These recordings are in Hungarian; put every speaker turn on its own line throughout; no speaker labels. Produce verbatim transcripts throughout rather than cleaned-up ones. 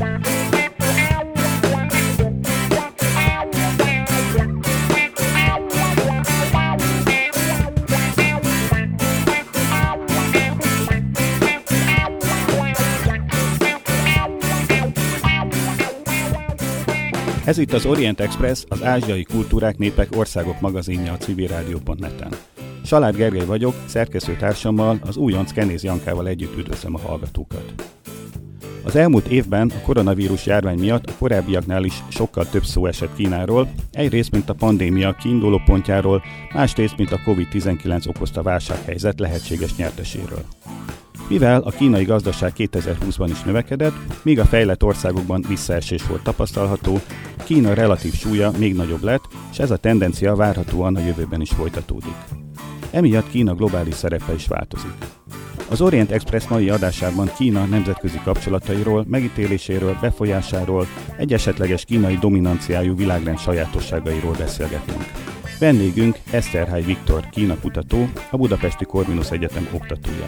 Ez itt az Orient Express, az ázsiai kultúrák, népek, országok magazinja a civilrádió pont net-en. Salád Gergely vagyok, szerkesztőtársammal, az újonc Kenéz Jankával együtt üdvözlöm a hallgatókat. Az elmúlt évben a koronavírus járvány miatt a korábbiaknál is sokkal több szó esett Kínáról, egyrészt mint a pandémia kiinduló pontjáról, másrészt mint a kovid tizenkilenc okozta válsághelyzet lehetséges nyerteséről. Mivel a kínai gazdaság kétezer-húszban is növekedett, míg a fejlett országokban visszaesés volt tapasztalható, Kína relatív súlya még nagyobb lett, és ez a tendencia várhatóan a jövőben is folytatódik. Emiatt Kína globális szerepe is változik. Az Orient Express mai adásában Kína nemzetközi kapcsolatairól, megítéléséről, befolyásáról, egy esetleges kínai dominanciájú világrend sajátosságairól beszélgetünk. Vendégünk Eszterhály Viktor, Kína kutató, a Budapesti Corvinus Egyetem oktatója.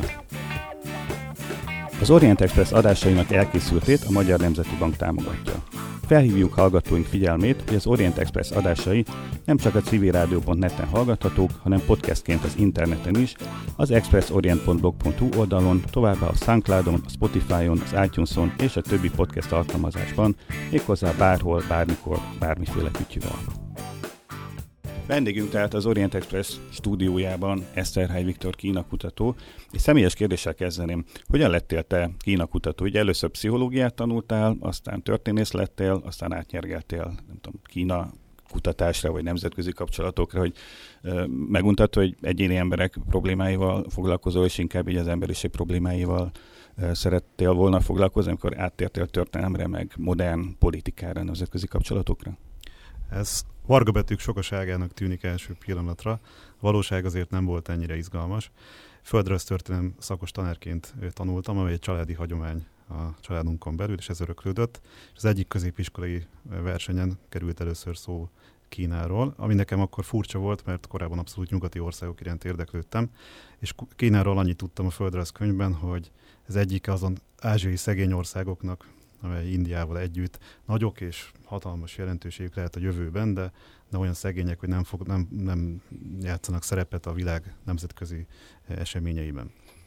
Az Orient Express adásainak elkészültét a Magyar Nemzeti Bank támogatja. Felhívjuk hallgatóink figyelmét, hogy az Orient Express adásai nem csak a civilrádió pont net-en hallgathatók, hanem podcastként az interneten is, az expressorient pont blog pont hu oldalon, továbbá a Soundcloudon, a Spotify-on, az iTunes-on és a többi podcast alkalmazásban, méghozzá bárhol, bármikor, bármiféle kütyüvel. Vendégünk tehát az Orient Express stúdiójában Eszterhály Viktor, Kína kutató, és személyes kérdéssel kezdeném, hogyan lettél te Kína kutató? Ugye először pszichológiát tanultál, aztán történész lettél, aztán átnyergeltél, nem tudom, Kína kutatásra, vagy nemzetközi kapcsolatokra, hogy ö, meguntat, hogy egyéni emberek problémáival foglalkozol, és inkább így az emberiség problémáival ö, szerettél volna foglalkozni, amikor áttértél történelemre, meg modern politikára, nemzetközi kapcsolatokra?
Ez vargabetűk sokaságának tűnik első pillanatra. A valóság azért nem volt ennyire izgalmas. Földrajztörténelem szakos tanárként tanultam, amely egy családi hagyomány a családunkon belül, és ez öröklődött. És az egyik középiskolai versenyen került először szó Kínáról, ami nekem akkor furcsa volt, mert korábban abszolút nyugati országok iránt érdeklődtem, és Kínáról annyit tudtam a földrajzkönyvben, hogy ez egyik azon ázsiai szegény országoknak, amely Indiával együtt nagyok és hatalmas jelentőségük lehet a jövőben, de, de olyan szegények, hogy nem, fog, nem, nem játszanak szerepet a világ nemzetközi eseményeiben.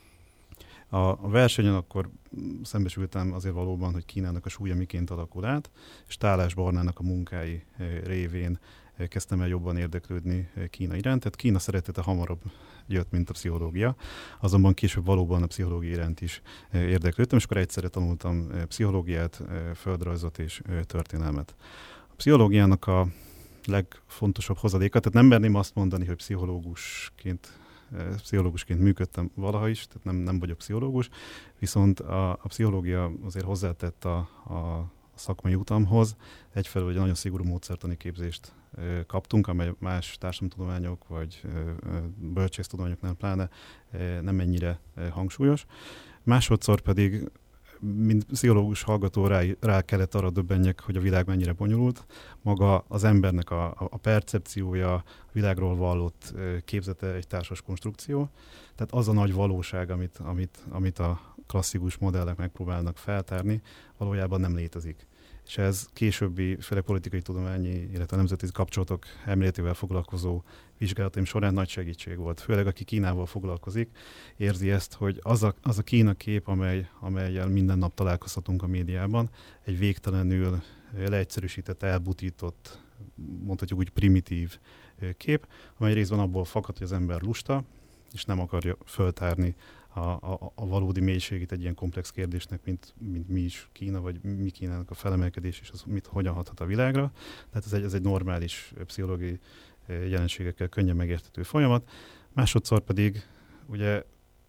A, a versenyen akkor szembesültem azért valóban, hogy Kínának a súlya miként alakul át, és Tálás Barnának a munkái révén kezdtem el jobban érdeklődni Kína iránt. Tehát Kína szeretete hamarabb jött, mint a pszichológia, azonban később valóban a pszichológia iránt is érdeklődtem, és akkor egyszerre tanultam pszichológiát, földrajzot és történelmet. A pszichológiának a legfontosabb hozadéka, tehát nem merném azt mondani, hogy pszichológusként, pszichológusként működtem valaha is, tehát nem, nem vagyok pszichológus, viszont a, a pszichológia azért hozzátett a, a szakmai utamhoz. Egyfelől egy nagyon szigorú módszertani képzést ö, kaptunk, amely más társadalomtudományok vagy ö, bölcsésztudományoknál pláne ö, nem ennyire ö, hangsúlyos. Másodszor pedig, mint pszichológus hallgató rá, rá kellett arra döbbenjek, hogy a világ mennyire bonyolult. Maga az embernek a, a percepciója, a világról vallott ö, képzete egy társas konstrukció. Tehát az a nagy valóság, amit, amit, amit a klasszikus modellek megpróbálnak feltárni, valójában nem létezik. És ez későbbi főleg politikai tudományi, illetve nemzetközi kapcsolatok elméletével foglalkozó vizsgálataim során nagy segítség volt. Főleg aki Kínával foglalkozik, érzi ezt, hogy az a, az a Kína kép, amely, amellyel minden nap találkozhatunk a médiában, egy végtelenül leegyszerűsített, elbutított, mondhatjuk úgy primitív kép, amely részben abból fakad, hogy az ember lusta, és nem akarja föltárni A, a, a valódi mélységét egy ilyen komplex kérdésnek, mint, mint mi is Kína, vagy mi Kínának a felemelkedés, és az mit, hogyan hathat a világra. Tehát ez egy, ez egy normális pszichológiai jelenségekkel könnyen megérthető folyamat. Másodszor pedig ugye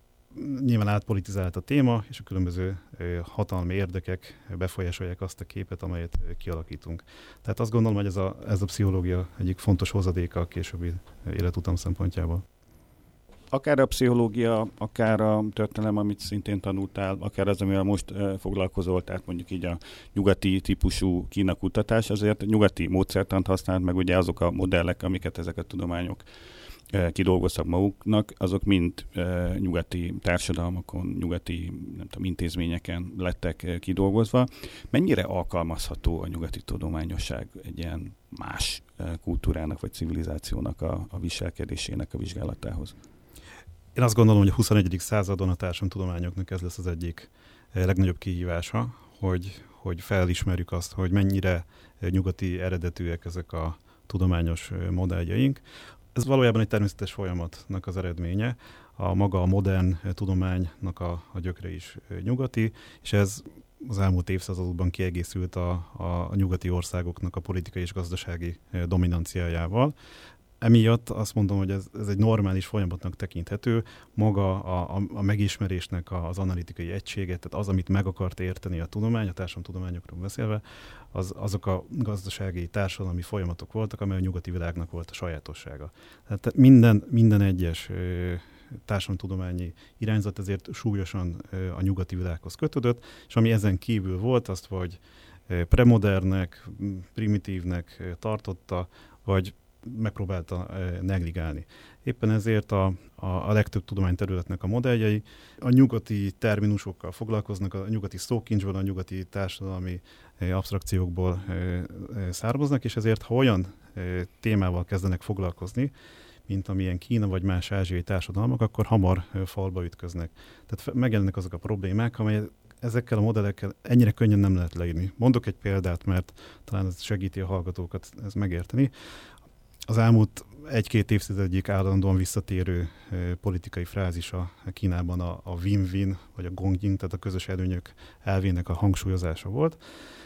nyilván átpolitizált a téma, és a különböző hatalmi érdekek befolyásolják azt a képet, amelyet kialakítunk. Tehát azt gondolom, hogy ez a, ez a pszichológia egyik fontos hozadéka a későbbi életutam szempontjából.
Akár a pszichológia, akár a történelem, amit szintén tanultál, akár az, amivel most uh, foglalkozol, tehát mondjuk így a nyugati típusú Kína kutatás, azért nyugati módszertant használt, meg ugye azok a modellek, amiket ezek a tudományok kidolgoztak maguknak, azok mind nyugati társadalmakon, nyugati nem tudom, intézményeken lettek kidolgozva. Mennyire alkalmazható a nyugati tudományosság egy ilyen más kultúrának vagy civilizációnak a, a viselkedésének a vizsgálatához?
Én azt gondolom, hogy a huszonegyedik századon a társadalomtudományoknak ez lesz az egyik legnagyobb kihívása, hogy, hogy felismerjük azt, hogy mennyire nyugati eredetűek ezek a tudományos modelljeink. Ez valójában egy természetes folyamatnak az eredménye. A maga a modern tudománynak a, a gyökere is nyugati, és ez az elmúlt évszázadokban kiegészült a, a nyugati országoknak a politikai és gazdasági dominanciájával. Emiatt azt mondom, hogy ez, ez egy normális folyamatnak tekinthető, maga a, a, a megismerésnek az analitikai egysége, tehát az, amit meg akart érteni a tudomány, a társadalomtudományokról beszélve, az, azok a gazdasági, társadalmi folyamatok voltak, amely a nyugati világnak volt a sajátossága. Tehát minden, minden egyes ö, társadalomtudományi irányzat ezért súlyosan ö, a nyugati világhoz kötődött, és ami ezen kívül volt, azt vagy ö, premodernnek, primitívnek tartotta, vagy megpróbálta negligálni. Éppen ezért a, a, a legtöbb tudományterületnek a modelljei a nyugati terminusokkal foglalkoznak, a nyugati szókincsből, a nyugati társadalmi abstrakciókból származnak, és ezért, ha olyan témával kezdenek foglalkozni, mint amilyen Kína vagy más ázsiai társadalmak, akkor hamar falba ütköznek. Tehát megjelennek azok a problémák, amelyek ezekkel a modellekkel ennyire könnyen nem lehet leírni. Mondok egy példát, mert talán ez segíti a hallgatókat ezt megérteni. Az elmúlt egy-két évtized egyik állandóan visszatérő eh, politikai frázis a Kínában a, a win-win, vagy a gongjing, tehát a közös előnyök elvének a hangsúlyozása volt.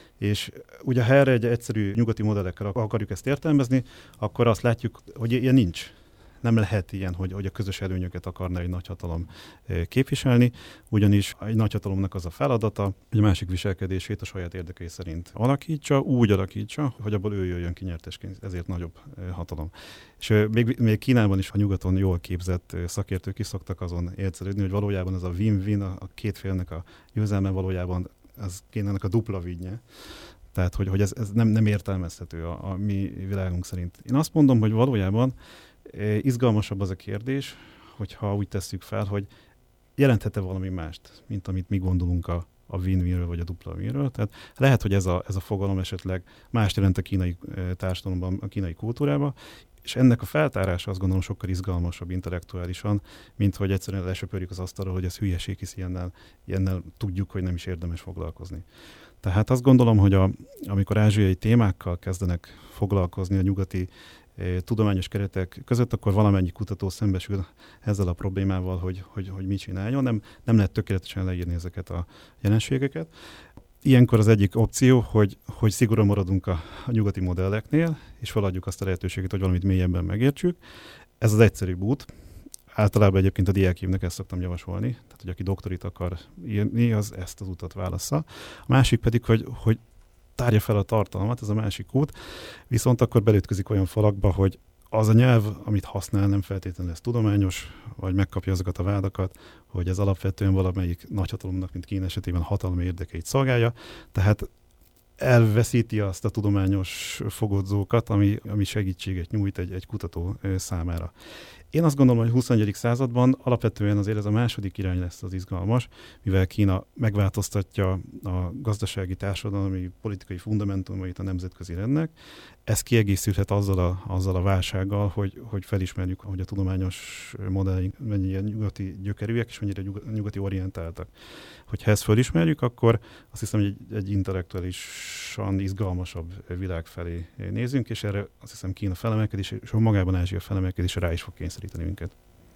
És ugye ha erre egy egyszerű nyugati modellekkel akarjuk ezt értelmezni, akkor azt látjuk, hogy ilyen nincs. Nem lehet ilyen, hogy, hogy a közös előnyöket akarna egy nagyhatalom képviselni, ugyanis egy nagyhatalomnak az a feladata, hogy a másik viselkedését a saját érdekei szerint alakítsa, úgy alakítsa, hogy abból ő jöjjön ki nyertesként, ezért nagyobb hatalom. És még, még Kínában is a nyugaton jól képzett szakértők is szoktak azon értelődni, hogy valójában ez a win-win, a két félnek a győzelme valójában az Kínának a dupla vinnye. Tehát, hogy, hogy ez, ez nem, nem értelmezhető a, a mi világunk szerint. Én azt mondom, hogy valójában izgalmasabb az a kérdés, hogyha úgy tesszük fel, hogy jelenthet-e valami mást, mint amit mi gondolunk a, a win-winről vagy a dupla winről. Tehát lehet, hogy ez a, ez a fogalom esetleg mást jelent a kínai társadalomban, a kínai kultúrában, és ennek a feltárása azt gondolom sokkal izgalmasabb intellektuálisan, mint hogy egyszerűen lesöpörjük az asztalra, hogy ez hülyeség, hisz ilyennel, ilyennel tudjuk, hogy nem is érdemes foglalkozni. Tehát azt gondolom, hogy a, amikor ázsiai témákkal kezdenek foglalkozni a nyugati tudományos keretek között, akkor valamennyi kutató szembesül ezzel a problémával, hogy, hogy, hogy mit csináljon. Nem, nem lehet tökéletesen leírni ezeket a jelenségeket. Ilyenkor az egyik opció, hogy, hogy szigorúan maradunk a, a nyugati modelleknél, és feladjuk azt a lehetőséget, hogy valamit mélyebben megértsük. Ez az egyszerűbb út. Általában egyébként a diákjaimnak ezt szoktam javasolni, tehát hogy aki doktorit akar írni, az ezt az utat válassza. A másik pedig, hogy, hogy tárja fel a tartalmat, ez a másik út, viszont akkor belütközik olyan falakba, hogy az a nyelv, amit használ, nem feltétlenül lesz tudományos, vagy megkapja azokat a vádakat, hogy ez alapvetően valamelyik nagyhatalomnak, mint Kína esetében hatalmi érdekeit szolgálja, tehát elveszíti azt a tudományos fogodzókat, ami, ami segítséget nyújt egy, egy kutató számára. Én azt gondolom, hogy a huszonegyedik században alapvetően azért ez a második irány lesz az izgalmas, mivel Kína megváltoztatja a gazdasági, társadalmi, politikai fundamentumait a nemzetközi rendnek. Ez kiegészülhet azzal a, azzal a válsággal, hogy, hogy felismerjük, hogy a tudományos modelleink mennyire nyugati gyökerűek, és mennyire nyugati orientáltak. Hogyha ezt felismerjük, akkor azt hiszem, hogy egy, egy intellektuálisan izgalmasabb világ felé nézünk, és erre azt hiszem Kína felemelkedés, és magában Ázsia felemelkedése rá is fog kényszeríteni minket.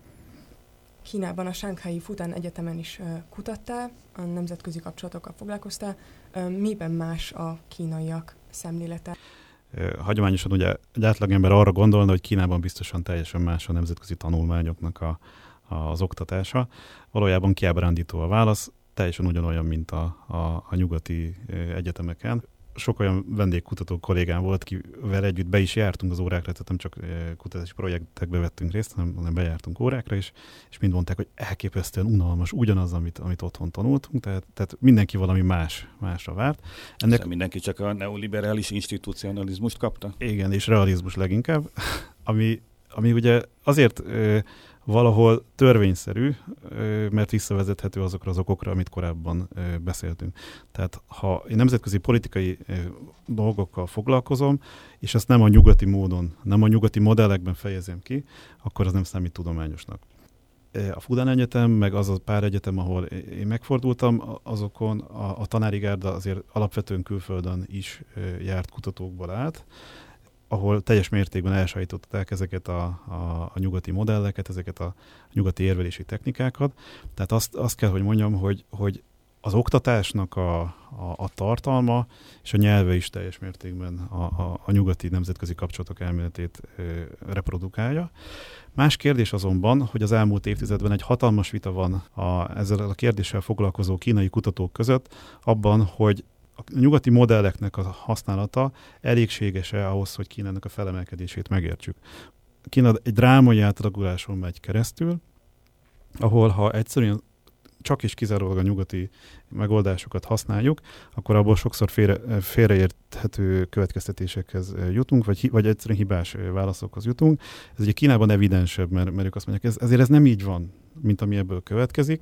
Kínában a Shanghai Fudan Egyetemen is uh, kutattál, a nemzetközi kapcsolatokkal foglalkoztál. Uh, miben más a kínaiak szemlélete?
Hagyományosan ugye egy átlagember arra gondolna, hogy Kínában biztosan teljesen más a nemzetközi tanulmányoknak a, a, az oktatása. Valójában kiábrándító a válasz, teljesen ugyanolyan, mint a, a, a nyugati egyetemeken. Sok olyan vendégkutató kollégám volt, kivel együtt be is jártunk az órákra, tehát nem csak kutatási projektekbe vettünk részt, hanem, hanem bejártunk órákra is, és mind mondták, hogy elképesztően unalmas, ugyanaz, amit, amit otthon tanultunk, tehát, tehát mindenki valami más, másra várt.
Ennek... Szóval mindenki csak a neoliberális institucionalizmust kapta?
Igen, és realizmus leginkább, ami ami ugye azért ö, valahol törvényszerű, ö, mert visszavezethető azokra az okokra, amit korábban ö, beszéltünk. Tehát ha én nemzetközi politikai ö, dolgokkal foglalkozom, és ezt nem a nyugati módon, nem a nyugati modellekben fejezem ki, akkor az nem számít tudományosnak. A Fudan Egyetem, meg az a pár egyetem, ahol én megfordultam, azokon a, a tanári gárda azért alapvetően külföldön is járt kutatókból át, ahol teljes mértékben elsajátították ezeket a, a, a nyugati modelleket, ezeket a nyugati érvelési technikákat. Tehát azt, azt kell, hogy mondjam, hogy, hogy az oktatásnak a, a, a tartalma és a nyelve is teljes mértékben a, a, a nyugati nemzetközi kapcsolatok elméletét e, reprodukálja. Más kérdés azonban, hogy az elmúlt évtizedben egy hatalmas vita van a, ezzel a kérdéssel foglalkozó kínai kutatók között abban, hogy a nyugati modelleknek a használata elégséges-e ahhoz, hogy Kínának a felemelkedését megértsük. Kína egy drámai átalakuláson megy keresztül, ahol ha egyszerűen csak is kizárólag a nyugati megoldásokat használjuk, akkor abból sokszor félre, félreérthető következtetésekhez jutunk, vagy, vagy egyszerűen hibás válaszokhoz jutunk. Ez ugye Kínában evidensebb, mert, mert ők azt mondják, ez, ezért ez nem így van, mint ami ebből következik.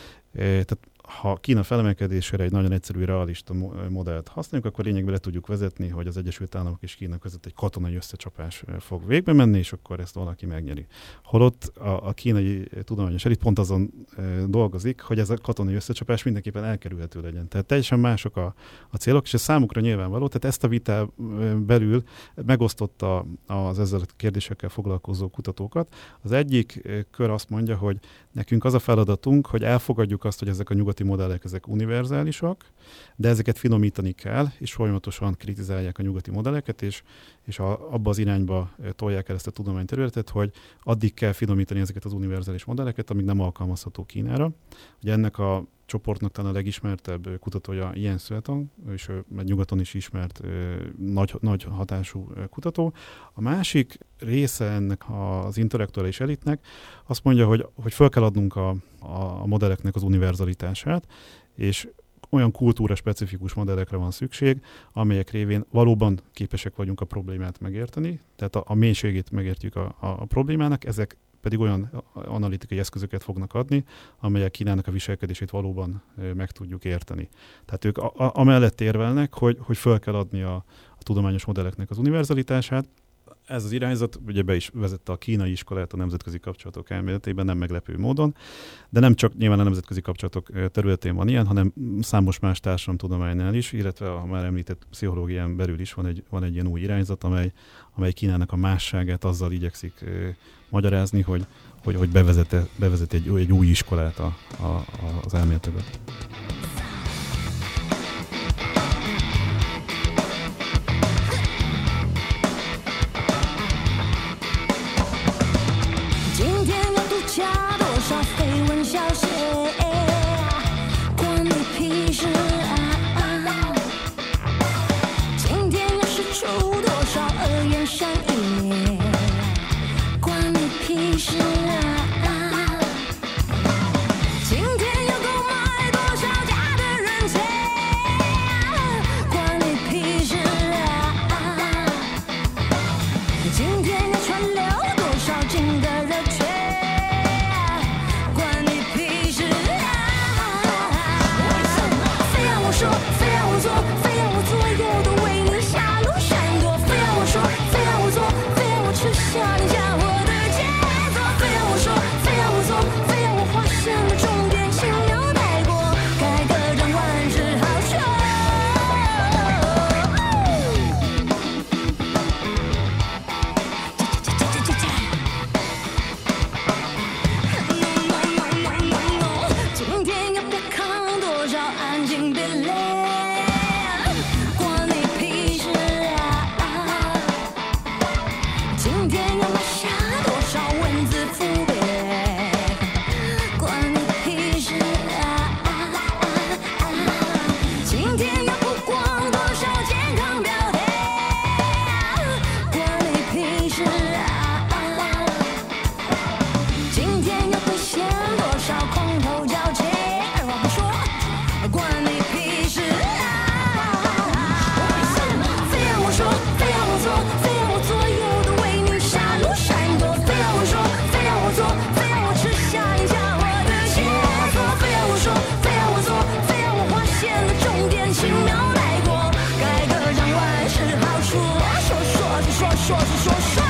Tehát ha Kína felemelkedésére egy nagyon egyszerű, realista modellt használjuk, akkor lényegben le tudjuk vezetni, hogy az Egyesült Államok és Kína között egy katonai összecsapás fog végbe menni, és akkor ezt valaki megnyeri. Holott a, a kínai tudományos elit pont azon e, dolgozik, hogy ez a katonai összecsapás mindenképpen elkerülhető legyen. Tehát teljesen mások a, a célok, és ez számukra nyilvánvaló. Tehát ezt a vitá belül megosztotta az ezzel a kérdésekkel foglalkozó kutatókat. Az egyik kör azt mondja, hogy nekünk az a feladatunk, hogy elfogadjuk azt, hogy ezek a nyugati modellek, ezek univerzálisak, de ezeket finomítani kell, és folyamatosan kritizálják a nyugati modelleket, és, és a, abba az irányba tolják el ezt a tudományterületet, hogy addig kell finomítani ezeket az univerzális modelleket, amíg nem alkalmazható Kínára. Ugye ennek a csoportnak talán a legismertebb kutatója Yen Suetong, és egy nyugaton is ismert nagy, nagy hatású kutató. A másik része ennek az intellektuális elitnek azt mondja, hogy, hogy fel kell adnunk a, a modelleknek az univerzalitását, és olyan kultúra specifikus modellekre van szükség, amelyek révén valóban képesek vagyunk a problémát megérteni, tehát a, a mélységét megértjük a, a, a problémának, ezek pedig olyan analitikai eszközöket fognak adni, amelyek Kínának a viselkedését valóban meg tudjuk érteni. Tehát ők a, a, amellett érvelnek, hogy, hogy föl kell adni a, a tudományos modelleknek az univerzalitását. Ez az irányzat ugye be is vezette a kínai iskolát a nemzetközi kapcsolatok elméletében, nem meglepő módon, de nem csak nyilván a nemzetközi kapcsolatok területén van ilyen, hanem számos más társadalomtudománynál is, illetve a már említett pszichológián belül is van egy, van egy ilyen új irányzat, amely, amely Kínának a másságát azzal igyekszik e, magyarázni, hogy, hogy, hogy bevezet, bevezet egy, egy új iskolát a, a, az elméletekben.
关你屁事。 说是说说。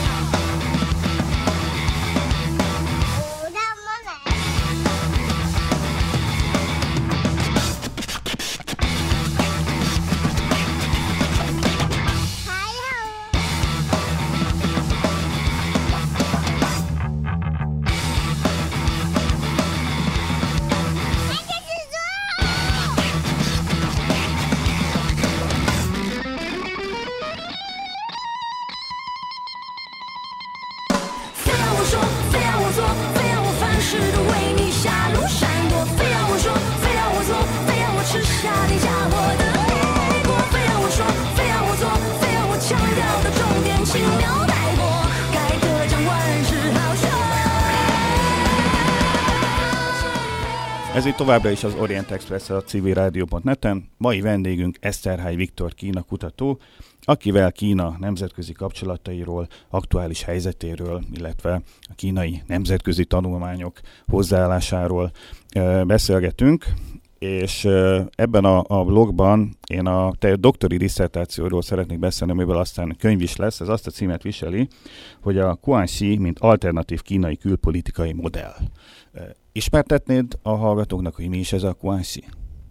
Ez itt továbbra is az Orient Express a civil rádió pont net-en. Mai vendégünk Eszterhály Viktor Kína kutató, akivel Kína nemzetközi kapcsolatairól, aktuális helyzetéről, illetve a kínai nemzetközi tanulmányok hozzáállásáról beszélgetünk. És ebben a, a blogban én a te doktori disszertációról szeretnék beszélni, amiből aztán könyv is lesz. Ez azt a címet viseli, hogy a Guanxi, mint alternatív kínai külpolitikai modell. Ismertetnéd a hallgatóknak, hogy mi is ez a Guanxi?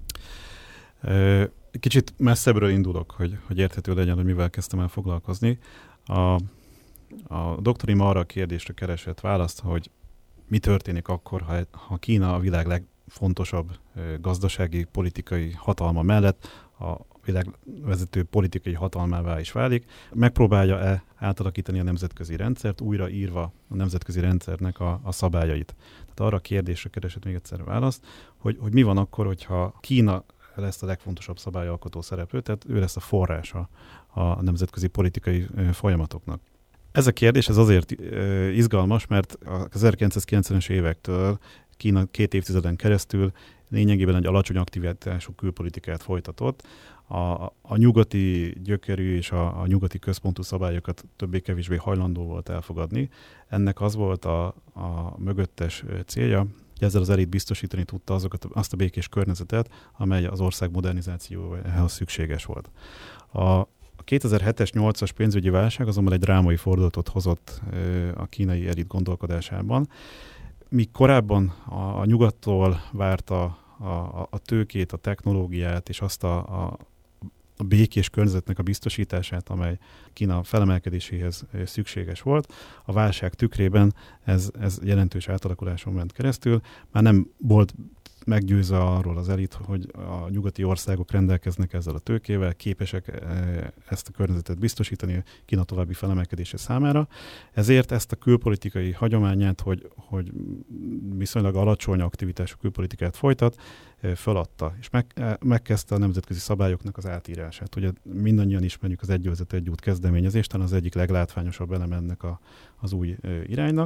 Kicsit messzebbről indulok, hogy, hogy érthető legyen, hogy mivel kezdtem el foglalkozni. A, a doktorim arra a kérdésre keresett választ, hogy mi történik akkor, ha, ha Kína a világ legfontosabb gazdasági, politikai hatalma mellett a világvezető politikai hatalmává is válik. Megpróbálja-e átalakítani a nemzetközi rendszert, újra írva a nemzetközi rendszernek a, a szabályait. Tehát arra a kérdésre keresett még egyszer választ, hogy, hogy mi van akkor, hogyha Kína lesz a legfontosabb szabályalkotó szereplő, tehát ő lesz a forrása a nemzetközi politikai folyamatoknak. Ez a kérdés ez azért izgalmas, mert az ezerkilencszázkilencvenes évektől Kína két évtizeden keresztül lényegében egy alacsony aktivitású külpolitikát folytatott. A, a nyugati gyökerű és a, a nyugati központú szabályokat többé-kevésbé hajlandó volt elfogadni. Ennek az volt a, a mögöttes célja, hogy ezzel az elit biztosítani tudta azokat, azt a békés környezetet, amely az ország modernizációjához szükséges volt. A kétezer-hetes nyolcas pénzügyi válság azonban egy drámai fordulatot hozott a kínai elit gondolkodásában. Míg korábban a, a nyugattól várta a, a, a tőkét, a technológiát és azt a, a, a békés környezetnek a biztosítását, amely Kína felemelkedéséhez szükséges volt, a válság tükrében ez, ez jelentős átalakuláson ment keresztül. Már nem volt meggyőzve arról az elit, hogy a nyugati országok rendelkeznek ezzel a tőkével, képesek ezt a környezetet biztosítani Kína további felemelkedése számára. Ezért ezt a külpolitikai hagyományát, hogy, hogy viszonylag alacsony aktivitású külpolitikát folytat, feladta, és meg, megkezdte a nemzetközi szabályoknak az átírását. Ugye mindannyian ismerjük az Egy övezet egy út kezdeményezést, talán az egyik leglátványosabb elem ennek a, az új iránynak.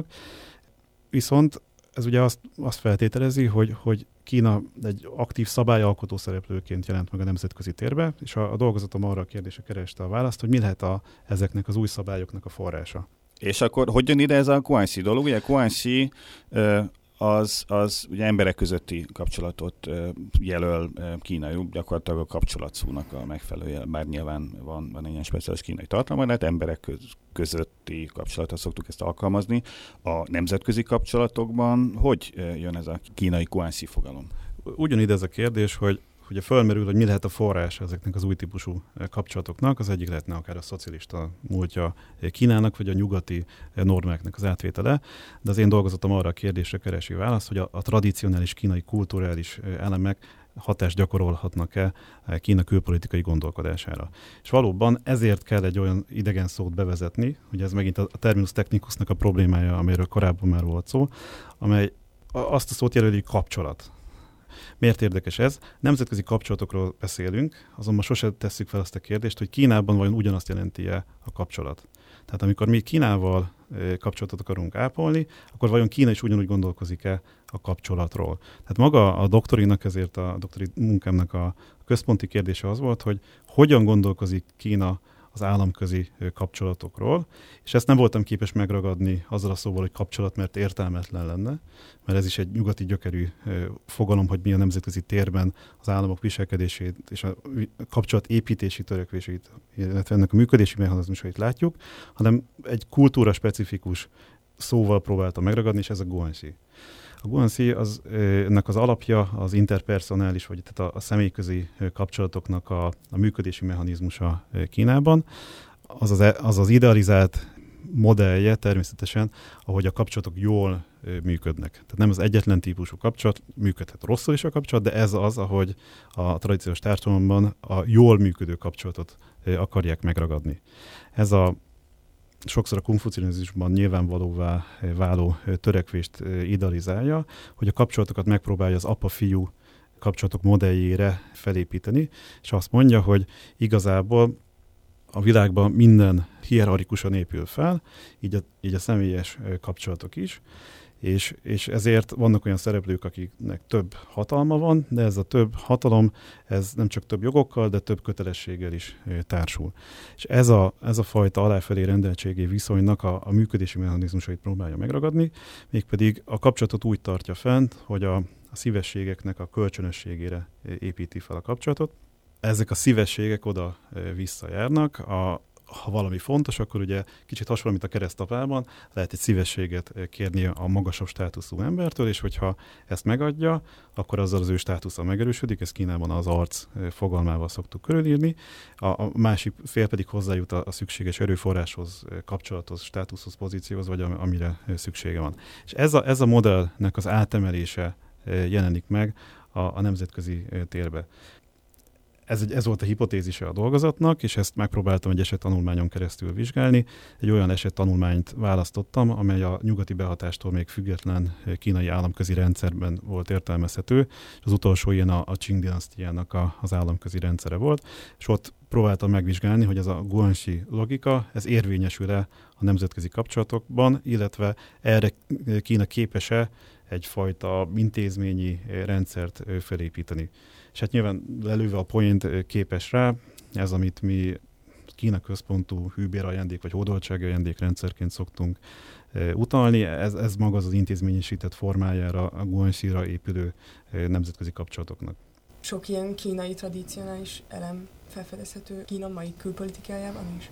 Viszont ez ugye azt, azt feltételezi, hogy, hogy Kína egy aktív szabályalkotó szereplőként jelent meg a nemzetközi térbe, és a, a dolgozatom arra a kérdésre kereste a választ, hogy mi lehet a, ezeknek az új szabályoknak a forrása.
És akkor hogy jön ide ez a Guanxi dolog? Ugye a Guanxi az, az ugye emberek közötti kapcsolatot jelöl kínai, gyakorlatilag a kapcsolatszónak a megfelelője, bár nyilván van, van egy ilyen speciális kínai tartalma, de hát emberek köz, közötti kapcsolatot szoktuk ezt alkalmazni. A nemzetközi kapcsolatokban hogy jön ez a kínai Guanxi fogalom?
Ugyanide ez a kérdés, hogy ugye fölmerül, hogy mi lehet a forrás ezeknek az új típusú kapcsolatoknak. Az egyik lehetne akár a szocialista múltja Kínának, vagy a nyugati normáknak az átvétele. De az én dolgozatom arra a kérdésre keresi választ, hogy a, a tradicionális kínai kulturális elemek hatást gyakorolhatnak-e Kína külpolitikai gondolkodására. És valóban ezért kell egy olyan idegen szót bevezetni, hogy ez megint a terminus technicusnak a problémája, amiről korábban már volt szó, amely azt a szót jelöli, kapcsolat. Miért érdekes ez? Nemzetközi kapcsolatokról beszélünk, azonban sosem tesszük fel azt a kérdést, hogy Kínában vajon ugyanazt jelenti-e a kapcsolat. Tehát amikor mi Kínával kapcsolatot akarunk ápolni, akkor vajon Kína is ugyanúgy gondolkozik-e a kapcsolatról. Tehát maga a doktorinak, ezért a doktori munkámnak a központi kérdése az volt, hogy hogyan gondolkozik Kína az államközi kapcsolatokról, és ezt nem voltam képes megragadni azzal a szóval, hogy kapcsolat, mert értelmetlen lenne, mert ez is egy nyugati gyökerű fogalom, hogy mi a nemzetközi térben az államok viselkedését és a kapcsolat építési törekvését, illetve ennek a működési mechanizmusait látjuk, hanem egy kultúra specifikus szóval próbáltam megragadni, és ez a guanxi. A guanxi az, ennek az alapja az interpersonális, vagy tehát a, a személyközi kapcsolatoknak a, a működési mechanizmusa Kínában. Az az, az az idealizált modellje természetesen, ahogy a kapcsolatok jól működnek. Tehát nem az egyetlen típusú kapcsolat, működhet rosszul is a kapcsolat, de ez az, ahogy a tradíciós társadalomban a jól működő kapcsolatot akarják megragadni. Ez a sokszor a konfucianizmusban nyilvánvalóvá váló törekvést idealizálja, hogy a kapcsolatokat megpróbálja az apa-fiú kapcsolatok modelljére felépíteni, és azt mondja, hogy igazából a világban minden hierarchikusan épül fel, így a, így a személyes kapcsolatok is, és, és ezért vannak olyan szereplők, akiknek több hatalma van, de ez a több hatalom, ez nem csak több jogokkal, de több kötelességgel is társul. És ez a, ez a fajta aláfelé rendeltségi viszonynak a, a működési mechanizmusait próbálja megragadni, mégpedig a kapcsolatot úgy tartja fent, hogy a, a szívességeknek a kölcsönösségére építi fel a kapcsolatot. Ezek a szívességek oda visszajárnak, a ha valami fontos, akkor ugye kicsit hasonló, mint a keresztapában, lehet egy szívességet kérni a magasabb státuszú embertől, és hogyha ezt megadja, akkor azzal az ő státusza megerősödik, ezt Kínában az arc fogalmával szoktuk körülírni, a, a másik fél pedig hozzájut a, a szükséges erőforráshoz, kapcsolathoz, státuszhoz, pozícióhoz, vagy amire szüksége van. És ez a, ez a modellnek az átemelése jelenik meg a, a nemzetközi térbe. Ez, ez volt a hipotézise a dolgozatnak, és ezt megpróbáltam egy esettanulmányon keresztül vizsgálni. Egy olyan esettanulmányt választottam, amely a nyugati behatástól még független kínai államközi rendszerben volt értelmezhető. Az utolsó ilyen a, a Qing-dinasztiának a, az államközi rendszere volt, és ott próbáltam megvizsgálni, hogy ez a guanxi logika, ez érvényesül-e a nemzetközi kapcsolatokban, illetve erre Kína képes-e egyfajta intézményi rendszert felépíteni. És hát nyilván lelőve a point képes rá, ez, amit mi Kína központú hűbérajándék vagy hódoltsági ajándékrendszerként szoktunk e, utalni, ez, ez maga az, az intézményesített formájára a guanxi-ra épülő e, nemzetközi kapcsolatoknak.
Sok ilyen kínai tradicionális elem felfedezhető Kína mai külpolitikájában is?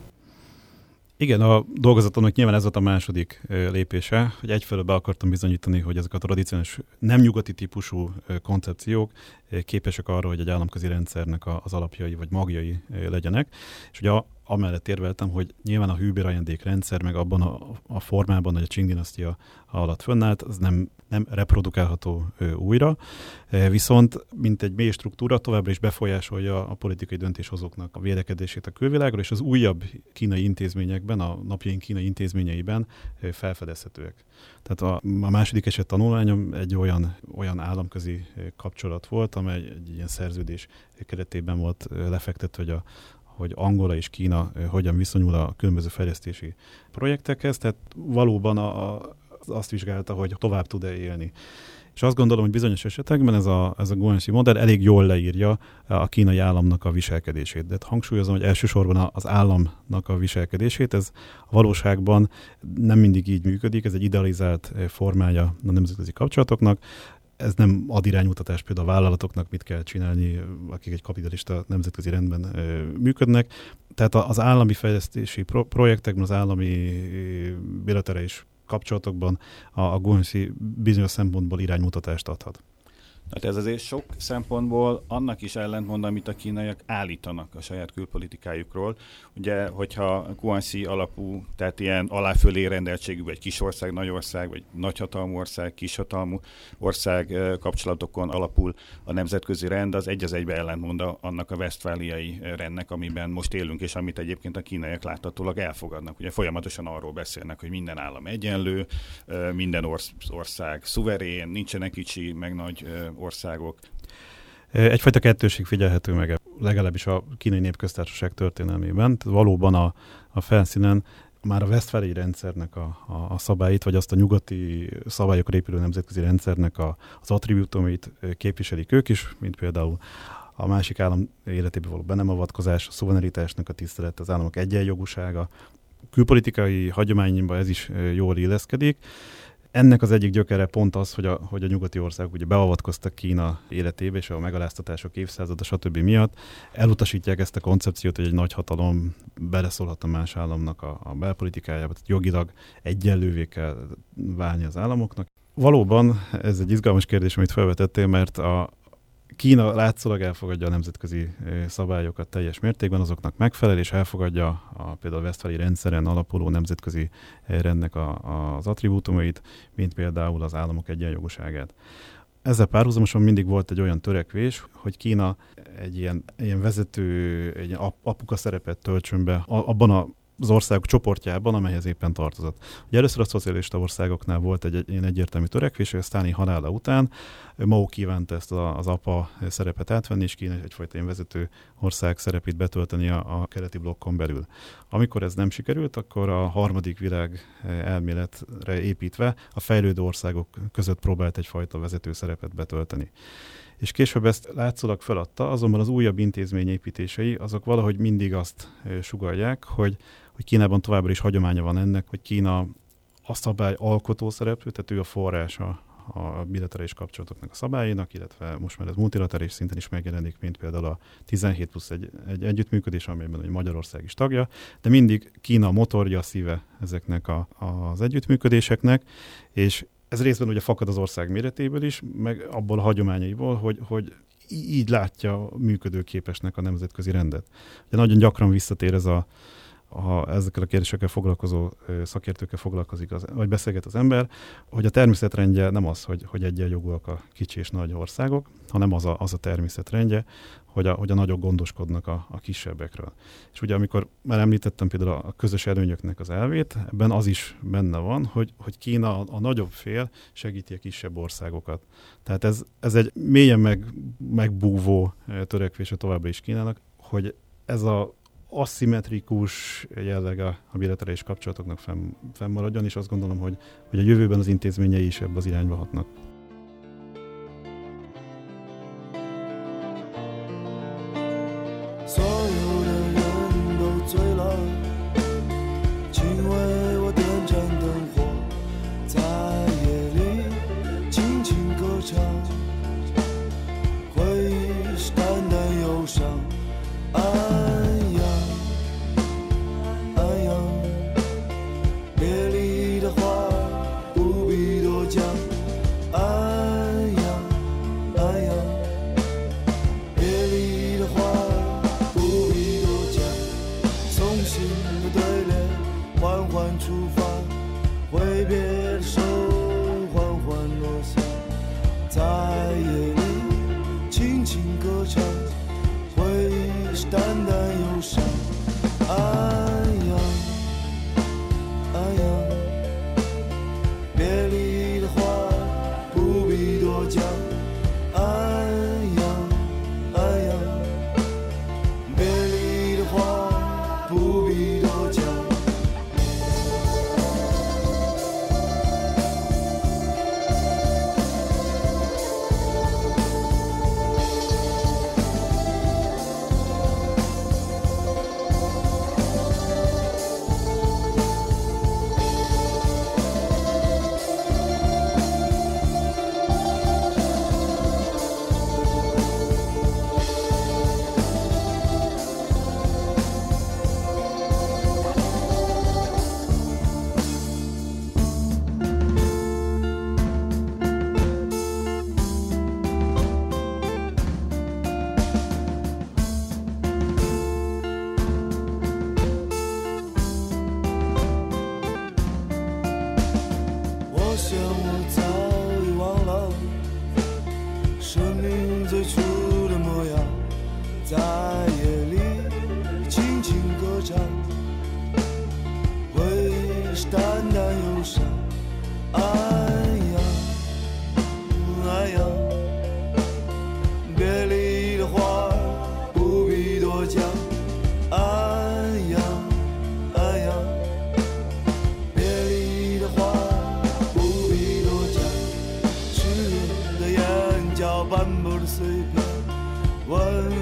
Igen, a dolgozatomnak nyilván ez volt a második lépése, hogy egyfelől be akartam bizonyítani, hogy ezek a tradicionális, nem nyugati típusú koncepciók képesek arra, hogy egy államközi rendszernek az alapjai vagy magjai legyenek, és ugye amellett érveltem, hogy nyilván a hűbérajándék rendszer meg abban a, a formában, hogy a Qing-dinasztia alatt fönnállt, az nem, nem reprodukálható ö, újra, e, viszont mint egy mély struktúra továbbra is befolyásolja a politikai döntéshozóknak a vélekedését a külvilágról, és az újabb kínai intézményekben, a napjaink kínai intézményeiben ö, felfedezhetőek. Tehát a, a második eset tanulmányom egy olyan, olyan államközi kapcsolat volt, amely egy ilyen szerződés keretében volt lefektetve, hogy a hogy Angola és Kína hogyan viszonyul a különböző fejlesztési projektekhez, tehát valóban a, a, azt vizsgálta, hogy tovább tud-e élni. És azt gondolom, hogy bizonyos esetekben ez a, ez a guanxi modell elég jól leírja a kínai államnak a viselkedését. De hangsúlyozom, hogy elsősorban az államnak a viselkedését, ez a valóságban nem mindig így működik, ez egy idealizált formája a nemzetközi kapcsolatoknak. Ez nem ad iránymutatás például a vállalatoknak, mit kell csinálni, akik egy kapitalista nemzetközi rendben ö, működnek. Tehát az állami fejlesztési pro- projektekben, az állami bilaterális kapcsolatokban a, a guanxi bizonyos szempontból iránymutatást adhat.
Hát ez azért sok szempontból annak is ellentmond, amit a kínaiak állítanak a saját külpolitikájukról. Ugye, hogyha guanxi alapú, tehát ilyen aláfölé rendeltségű, vagy kisország, nagyország, vagy nagyhatalmú ország, kishatalmú ország kapcsolatokon alapul a nemzetközi rend, az egy az egybe ellentmond annak a westfáliai rendnek, amiben most élünk, és amit egyébként a kínaiak láthatólag elfogadnak. Ugye folyamatosan arról beszélnek, hogy minden állam egyenlő, minden ország szuverén, nincsenek kicsi, meg nagy országok.
Egyfajta kettőség figyelhető meg, legalábbis a kínai népköztársaság történelmében. Tehát valóban a, a felszínen már a westfáliai rendszernek a, a, a szabályait, vagy azt a nyugati szabályokra épülő nemzetközi rendszernek a, az attribútumait képviselik ők is, mint például a másik állam életébe való be nem avatkozás, a szuverenitásnak a tisztelet, az államok egyenjogúsága. Külpolitikai hagyományba ez is jól illeszkedik. Ennek az egyik gyökere pont az, hogy a, hogy a nyugati országok ugye beavatkoztak Kína életébe, és a megaláztatások évszázada, stb. Miatt elutasítják ezt a koncepciót, hogy egy nagyhatalom beleszólhat a más államnak a, a belpolitikájába, tehát jogilag egyenlővé kell válni az államoknak. Valóban ez egy izgalmas kérdés, amit felvetettél, mert a Kína látszólag elfogadja a nemzetközi szabályokat teljes mértékben, azoknak megfelel, és elfogadja a, például a westfáli rendszeren alapuló nemzetközi rendnek a, az attribútumait, mint például az államok egyenjogúságát. Ezzel párhuzamosan mindig volt egy olyan törekvés, hogy Kína egy ilyen, ilyen vezető, egy apuka szerepet töltsön be abban a az országok csoportjában, amelyhez éppen tartozott. Ugye először a szocialista országoknál volt egy, egy ilyen egyértelmű törekvés, hogy a Sztálin halála után Mao kívánta ezt a, az apa szerepet átvenni, és Kína egyfajta ilyen vezető ország szerepét betölteni a, a keleti blokkon belül. Amikor ez nem sikerült, akkor a harmadik világ elméletre építve a fejlődő országok között próbált egyfajta vezető szerepet betölteni. És később ezt látszólag feladta, azonban az újabb intézményépítései azok valahogy mindig azt sugallják, hogy, hogy Kínában továbbra is hagyománya van ennek, hogy Kína a szabály alkotó szereplő, tehát ő a forrása a bilaterális kapcsolatoknak a szabályainak, illetve most már ez multilaterális szinten is megjelenik, mint például a tizenhét plusz egy, egy együttműködés, amelyben egy Magyarország is tagja, de mindig Kína motorja, szíve ezeknek a, az együttműködéseknek, és ez részben ugye fakad az ország méretéből is, meg abból a hagyományaiból, hogy, hogy így látja működőképesnek a nemzetközi rendet. Ugye nagyon gyakran visszatér ez a, a ezekkel a kérdésekkel foglalkozó szakértőkkel foglalkozik, az, vagy beszélget az ember, hogy a természetrendje nem az, hogy, hogy egyenjogúak a kicsi és nagy országok, hanem az a, az a természetrendje, hogy a, hogy a nagyok gondoskodnak a, a kisebbekről. És ugye amikor már említettem például a közös előnyöknek az elvét, ebben az is benne van, hogy, hogy Kína a, a nagyobb fél segíti a kisebb országokat. Tehát ez, ez egy mélyen meg, megbúvó törekvése továbbra is Kínának, hogy ez a aszimmetrikus jellege a bilaterális kapcsolatoknak fenn, fennmaradjon, és azt gondolom, hogy, hogy a jövőben az intézményei is ebbe az irányba hatnak.
One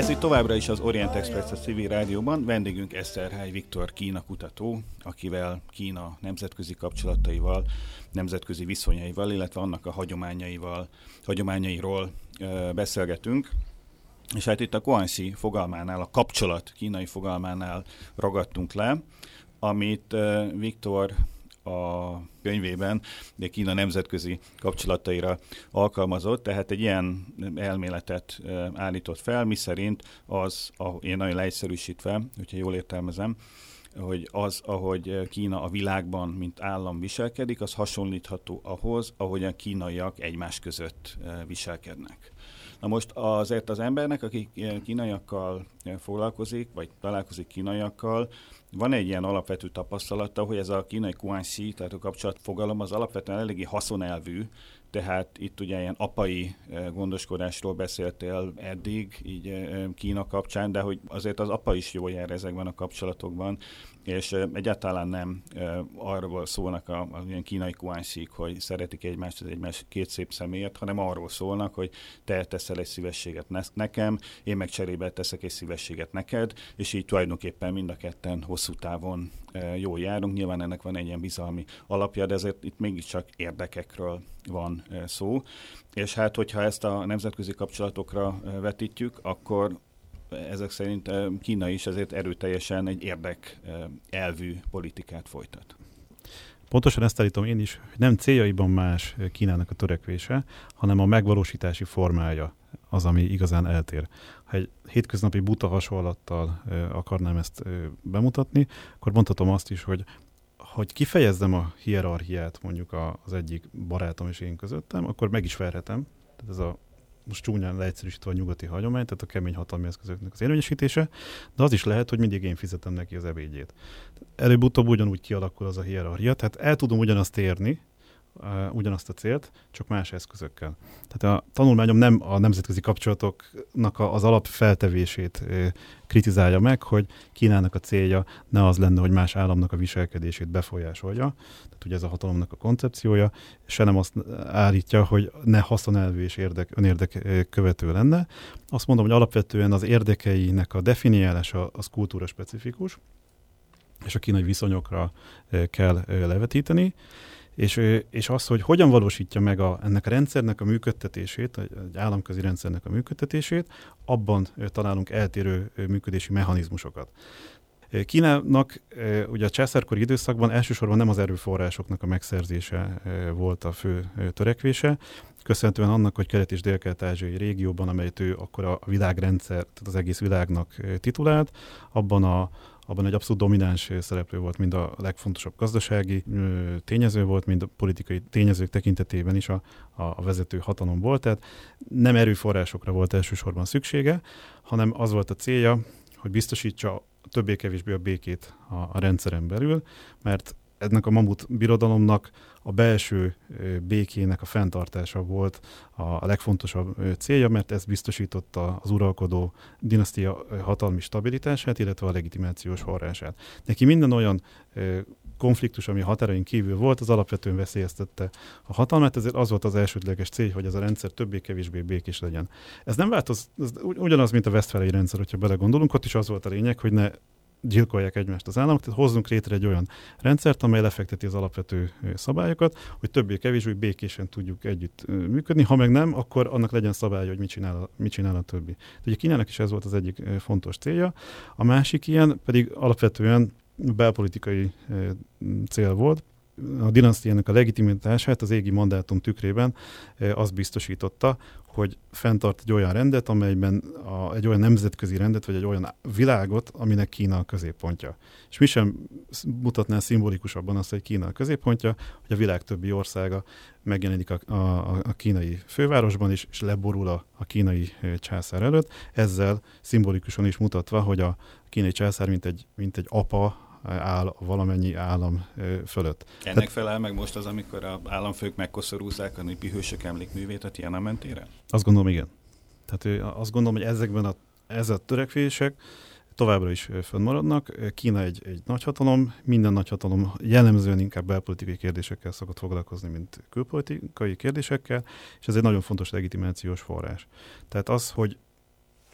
Ez itt továbbra is az Orient Express a Civil Rádióban. Vendégünk Eszterhály Viktor Kína kutató, akivel Kína nemzetközi kapcsolataival, nemzetközi viszonyaival, illetve annak a hagyományaival, hagyományairól ö, beszélgetünk. És hát itt a Guanxi fogalmánál, a kapcsolat kínai fogalmánál ragadtunk le, amit ö, Viktor a könyvében, de Kína nemzetközi kapcsolataira alkalmazott, tehát egy ilyen elméletet állított fel, miszerint az, én nagyon leegyszerűsítve, hogyha jól értelmezem, hogy az, ahogy Kína a világban, mint állam viselkedik, az hasonlítható ahhoz, ahogy a kínaiak egymás között viselkednek. Na most azért az embernek, aki kínaiakkal foglalkozik, vagy találkozik kínaiakkal, van egy ilyen alapvető tapasztalata, hogy ez a kínai Guanxi, tehát a kapcsolatfogalom az alapvetően eléggé haszonelvű, tehát itt ugye ilyen apai gondoskodásról beszéltél eddig, így Kína kapcsán, de hogy azért az apa is jól jár ezekben a kapcsolatokban, és egyáltalán nem arról szólnak a, a ilyen kínai Guanxik, hogy szeretik egymást, az egymás két szép személyet, hanem arról szólnak, hogy te teszel egy szívességet nekem, én meg cserébe teszek egy szívességet neked, és így tulajdonképpen mind a ketten hosszú távon jól járunk. Nyilván ennek van egy ilyen bizalmi alapja, de ezért itt mégiscsak érdekekről van szó. És hát, hogyha ezt a nemzetközi kapcsolatokra vetítjük, akkor ezek szerint Kína is ezért erőteljesen egy érdek elvű politikát folytat.
Pontosan ezt állítom én is, hogy nem céljaiban más Kínának a törekvése, hanem a megvalósítási formája az, ami igazán eltér. Ha egy hétköznapi buta hasonlattal akarnám ezt bemutatni, akkor mondhatom azt is, hogy hogy kifejezzem a hierarchiát mondjuk az egyik barátom és én közöttem, akkor meg is verhetem. Tehát ez a most csúnyán leegyszerűsítve a nyugati hagyomány, tehát a kemény hatalmi eszközöknek az érvényesítése, de az is lehet, hogy mindig én fizetem neki az ebédjét. Előbb-utóbb ugyanúgy kialakul az a hierarchia, tehát el tudom ugyanazt érni, Uh, ugyanazt a célt, csak más eszközökkel. Tehát a tanulmányom nem a nemzetközi kapcsolatoknak a, az alapfeltevését uh, kritizálja meg, hogy Kínának a célja ne az lenne, hogy más államnak a viselkedését befolyásolja, tehát ugye ez a hatalomnak a koncepciója, se nem azt állítja, hogy ne haszonelvű és érdek, önérdek követő lenne. Azt mondom, hogy alapvetően az érdekeinek a definiálása az kultúra specifikus, és a kínai viszonyokra uh, kell uh, levetíteni, És, és az, hogy hogyan valósítja meg a, ennek a rendszernek a működtetését, egy államközi rendszernek a működtetését, abban találunk eltérő működési mechanizmusokat. Kínának ugye a császárkori időszakban elsősorban nem az erőforrásoknak a megszerzése volt a fő törekvése, köszönhetően annak, hogy kelet- és dél-kelet-ázsiai régióban, amelyet ő akkor a világrendszer, tehát az egész világnak titulált, abban a abban egy abszolút domináns szereplő volt, mind a legfontosabb gazdasági ö, tényező volt, mind a politikai tényezők tekintetében is a, a vezető hatalom volt. Tehát nem erőforrásokra volt elsősorban szüksége, hanem az volt a célja, hogy biztosítsa többé-kevésbé a békét a, a rendszeren belül, mert ennek a mamut birodalomnak a belső békének a fenntartása volt a legfontosabb célja, mert ez biztosította az uralkodó dinasztia hatalmi stabilitását, illetve a legitimációs forrását. Neki minden olyan konfliktus, ami a határain kívül volt, az alapvetően veszélyeztette a hatalmát, ezért az volt az elsődleges cél, hogy ez a rendszer többé-kevésbé békés legyen. Ez nem változ, ez ugyanaz, mint a westfálei rendszer, hogyha belegondolunk, ott is az volt a lényeg, hogy ne gyilkolják egymást az államok, tehát hozzunk létre egy olyan rendszert, amely lefekteti az alapvető szabályokat, hogy többé-kevésbé békésen tudjuk együtt működni, ha meg nem, akkor annak legyen szabálya, hogy mit csinál, mit csinál a többi. Ugye Kínának is ez volt az egyik fontos célja. A másik ilyen pedig alapvetően belpolitikai cél volt. A dinasztiának a legitimitását az égi mandátum tükrében azt biztosította, hogy fenntart egy olyan rendet, amelyben a, egy olyan nemzetközi rendet, vagy egy olyan világot, aminek Kína a középpontja. És mi sem mutatná szimbolikusabban azt, hogy Kína a középpontja, hogy a világ többi országa megjelenik a, a, a kínai fővárosban is, és leborul a, a kínai császár előtt, ezzel szimbolikusan is mutatva, hogy a kínai császár mint egy, mint egy apa áll valamennyi állam fölött.
Ennek Tehát, felel meg most az, amikor az államfők megkoszorúzzák a népi hősök emlékművét a Tiananmen téren?
Azt gondolom, igen. Tehát azt gondolom, hogy ezekben a, ezek a törekvések továbbra is fönnmaradnak. Kína egy, egy nagyhatalom, minden nagyhatalom jellemzően inkább belpolitikai kérdésekkel szokott foglalkozni, mint külpolitikai kérdésekkel, és ez egy nagyon fontos legitimációs forrás. Tehát az, hogy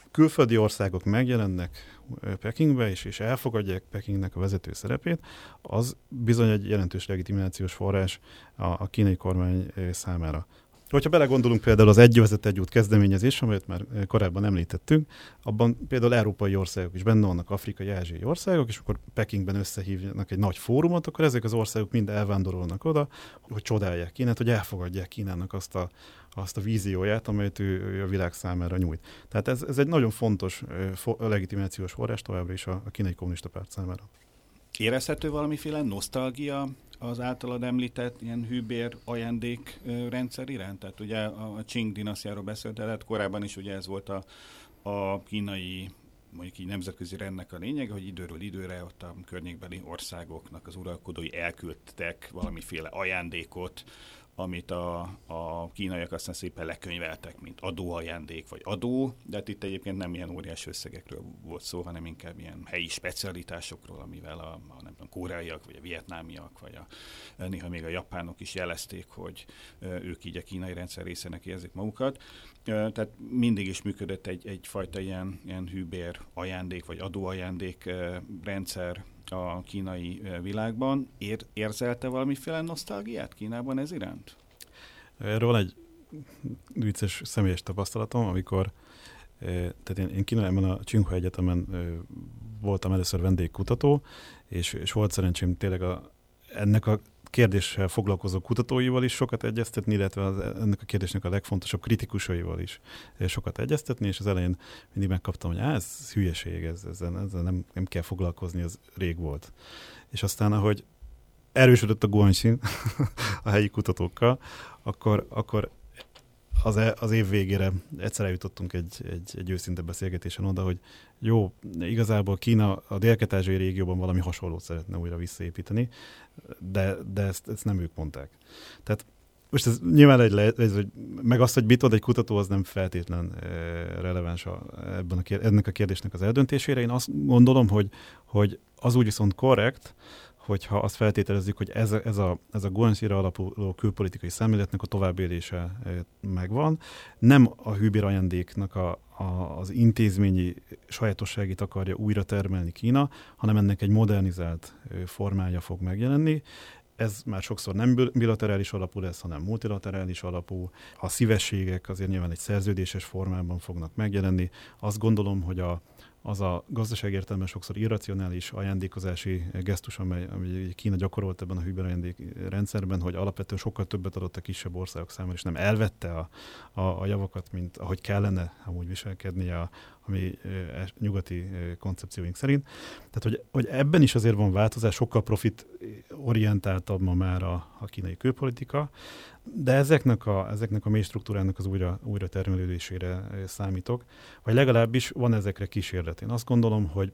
külföldi országok megjelennek Pekingbe, és, és elfogadják Pekingnek a vezető szerepét, az bizony egy jelentős legitimációs forrás a, a kínai kormány számára. Hogyha belegondolunk például az egy vezet egy út kezdeményezés, amelyet már korábban említettünk, abban például európai országok is benne vannak, afrikai, ázsiai országok, és akkor Pekingben összehívnak egy nagy fórumot, akkor ezek az országok mind elvándorolnak oda, hogy csodálják Kínát, hogy elfogadják Kínának azt a, azt a vízióját, amelyet ő, ő a világ számára nyújt. Tehát ez, ez egy nagyon fontos for, legitimációs forrás továbbra is a, a kínai kommunista párt számára.
Érezhető valamiféle nosztalgia az általad említett ilyen hűbér ajándékrendszer iránt? Tehát ugye a Qing dinasztiáról beszélt, tehát korábban is ugye ez volt a, a kínai, mondjuk így nemzetközi rendnek a lényege, hogy időről időre ott a környékbeli országoknak az uralkodói elküldtek valamiféle ajándékot, amit a, a kínaiak aztán szépen lekönyveltek, mint adóajándék vagy adó, de hát itt egyébként nem ilyen óriás összegekről volt szó, hanem inkább ilyen helyi specialitásokról, amivel a, a nem tudom, koreaiak, vagy a vietnámiak, vagy a, néha még a japánok is jelezték, hogy ők így a kínai rendszer részének érzik magukat. Tehát mindig is működött egy, egyfajta ilyen, ilyen hűbér ajándék, vagy adóajándék rendszer a kínai világban. Ér, érzelte valamiféle nosztalgiát Kínában ez iránt?
Erről van egy vicces személyes tapasztalatom, amikor tehát én, én Kínában a Tsinghua Egyetemen voltam először vendégkutató, és, és volt szerencsém tényleg a, ennek a kérdéssel foglalkozó kutatóival is sokat egyeztetni, illetve az, ennek a kérdésnek a legfontosabb kritikusaival is sokat egyeztetni, és az elején mindig megkaptam, hogy á, ez hülyeség, ez, ezzel, ezzel nem, nem kell foglalkozni, ez rég volt. És aztán, ahogy erősödött a guanxin a helyi kutatókkal, akkor, akkor az, az év végére egyszer eljutottunk egy, egy, egy őszinte beszélgetésen oda, hogy jó, igazából Kína a dél-kelet-ázsiai régióban valami hasonlót szeretne újra visszaépíteni, de, de ezt, ezt nem ők mondták. Tehát most ez nyilván egy, ez, hogy meg azt, hogy mit ad egy kutató, az nem feltétlen e, releváns a, ebben a, ennek a kérdésnek az eldöntésére. Én azt gondolom, hogy, hogy az úgy viszont korrekt, hogyha azt feltételezzük, hogy ez a, ez a, ez a guanxinra alapuló külpolitikai szemléletnek a továbbélése megvan. Nem a hűbér ajándéknak a, a, az intézményi sajátosságét akarja újra termelni Kína, hanem ennek egy modernizált formája fog megjelenni. Ez már sokszor nem bilaterális alapú lesz, hanem multilaterális alapú. A szívességek azért nyilván egy szerződéses formában fognak megjelenni. Azt gondolom, hogy a az a gazdaság értelemben sokszor irracionális ajándékozási gesztus, amely, amely Kína gyakorolt ebben a hűbér ajándék rendszerben, hogy alapvetően sokkal többet adott a kisebb országok számára, és nem elvette a, a, a javakat, mint ahogy kellene amúgy viselkednie a, a mi e, nyugati e, koncepcióink szerint. Tehát, hogy, hogy ebben is azért van változás, sokkal profit-orientáltabb ma már a, a kínai külpolitika, de ezeknek a, ezeknek a mély struktúrának az újra, újra termelődésére számítok, vagy legalábbis van ezekre kísérlet. Én azt gondolom, hogy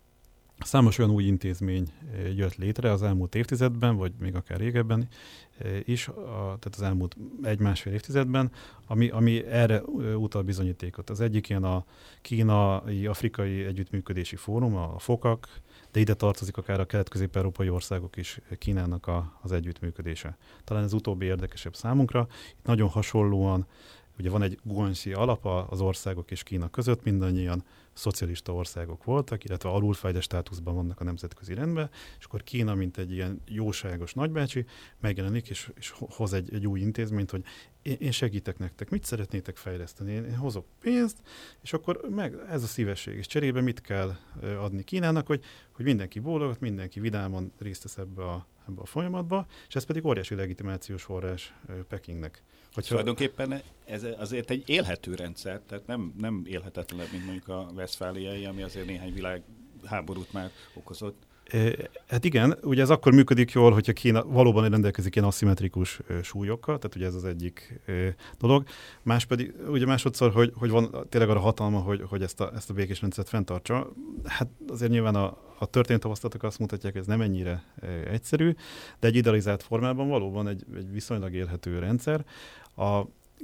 számos olyan új intézmény jött létre az elmúlt évtizedben, vagy még akár régebben is, a, tehát az elmúlt egy-másfél évtizedben, ami, ami erre utal bizonyítékot. Az egyik ilyen a Kínai-Afrikai Együttműködési Fórum, a fokak, de ide tartozik akár a kelet-közép-európai országok is Kínának a, az együttműködése. Talán ez utóbbi érdekesebb számunkra. Itt nagyon hasonlóan, ugye van egy guanxi alapa az országok és Kína között, mindannyian szocialista országok voltak, illetve alulfejlett státuszban vannak a nemzetközi rendben, és akkor Kína, mint egy ilyen jóságos nagybácsi, megjelenik és, és hoz egy, egy új intézményt, hogy én segítek nektek, mit szeretnétek fejleszteni, én hozok pénzt, és akkor meg ez a szívesség, és cserébe mit kell adni Kínának, hogy, hogy mindenki bólogat, mindenki vidáman részt vesz ebbe a, ebbe a folyamatba, és ez pedig óriási legitimációs forrás Pekingnek.
Hogyha... Tulajdonképpen ez azért egy élhető rendszer, tehát nem, nem élhetetlenebb, mint mondjuk a westfáliai, ami azért néhány világháborút már okozott.
Hát igen, ugye ez akkor működik jól, hogyha Kína valóban rendelkezik ilyen aszimmetrikus súlyokkal, tehát ugye ez az egyik dolog. Más pedig, ugye másodszor, hogy, hogy van tényleg arra hatalma, hogy, hogy ezt, a, ezt a békés rendszert fenntartsa. Hát azért nyilván a, a történet tapasztalatok azt mutatják, hogy ez nem ennyire egyszerű, de egy idealizált formában valóban egy, egy viszonylag élhető rendszer. A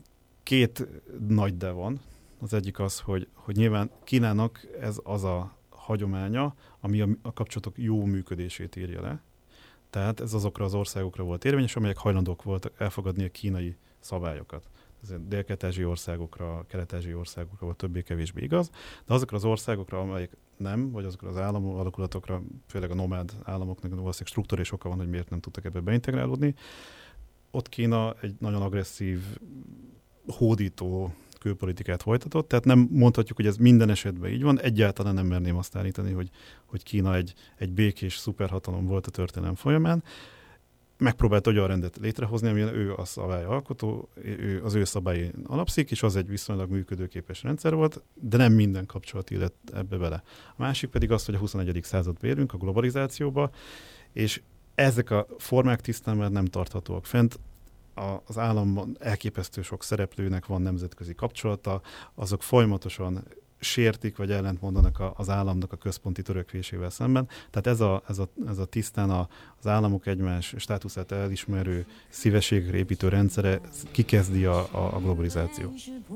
két nagy de van. Az egyik az, hogy, hogy nyilván Kínának ez az a hagyománya, ami a, a kapcsolatok jó működését írja le. Tehát ez azokra az országokra volt érvényes, amelyek hajlandók voltak elfogadni a kínai szabályokat. ez dél-kelet-ázsiai országokra, kelet-ázsiai országokra, vagy többé-kevésbé igaz, de azokra az országokra, amelyek nem, vagy azokra az állam alakulatokra, főleg a nomád államoknak valószínűleg struktúrális oka van, hogy miért nem tudtak ebbe beintegrálódni. Ott Kína egy nagyon agresszív, hódító külpolitikát folytatott, tehát nem mondhatjuk, hogy ez minden esetben így van, egyáltalán nem merném azt állítani, hogy, hogy Kína egy, egy békés szuperhatalom volt a történelem folyamán. Megpróbált olyan rendet létrehozni, amilyen ő a szabályalkotó, ő, az ő szabályi alapszik, és az egy viszonylag működőképes rendszer volt, de nem minden kapcsolat illet ebbe bele. A másik pedig az, hogy a huszonegyedik századba érünk, a globalizációba, és ezek a formák tisztán már nem tarthatóak fent. A, az államban elképesztő sok szereplőnek van nemzetközi kapcsolata, azok folyamatosan sértik, vagy ellentmondanak a, az államnak a központi törekvésével szemben. Tehát ez a, ez a, ez a tisztán a, az államok egymás státuszát elismerő, szívességre építő rendszere kikezdi a, a, a globalizáció.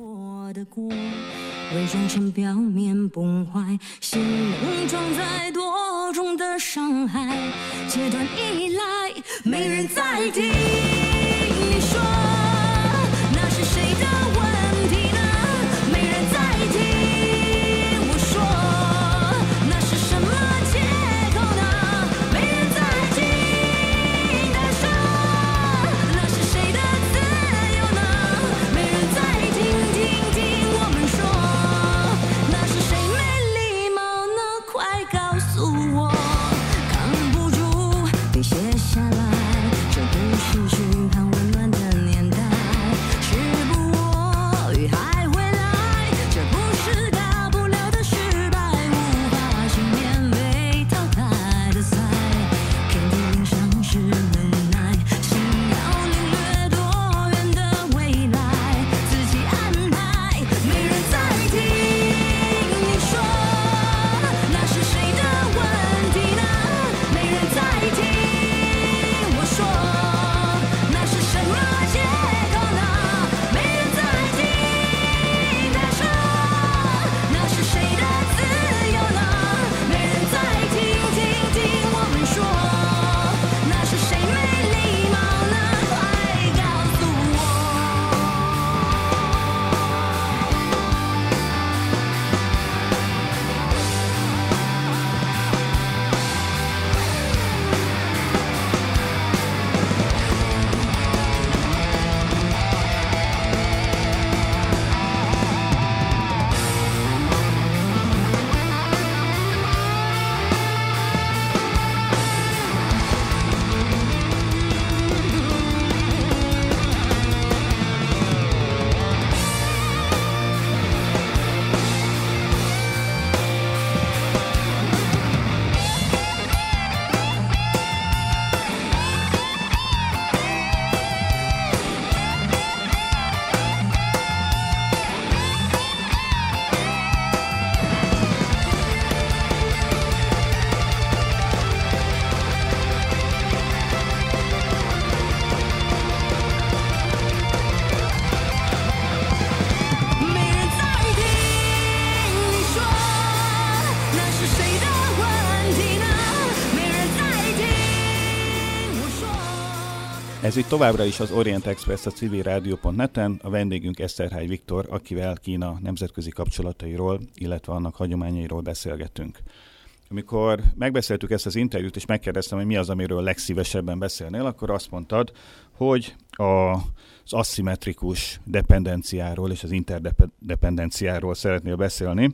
Ez itt továbbra is az Orient Express a civil rádió pont net-en, a vendégünk Eszterhály Viktor, akivel Kína nemzetközi kapcsolatairól, illetve annak hagyományairól beszélgettünk. Amikor megbeszéltük ezt az interjút, és megkérdeztem, hogy mi az, amiről legszívesebben beszélnél, akkor azt mondtad, hogy a, az aszimmetrikus dependenciáról és az interdependenciáról szeretnél beszélni.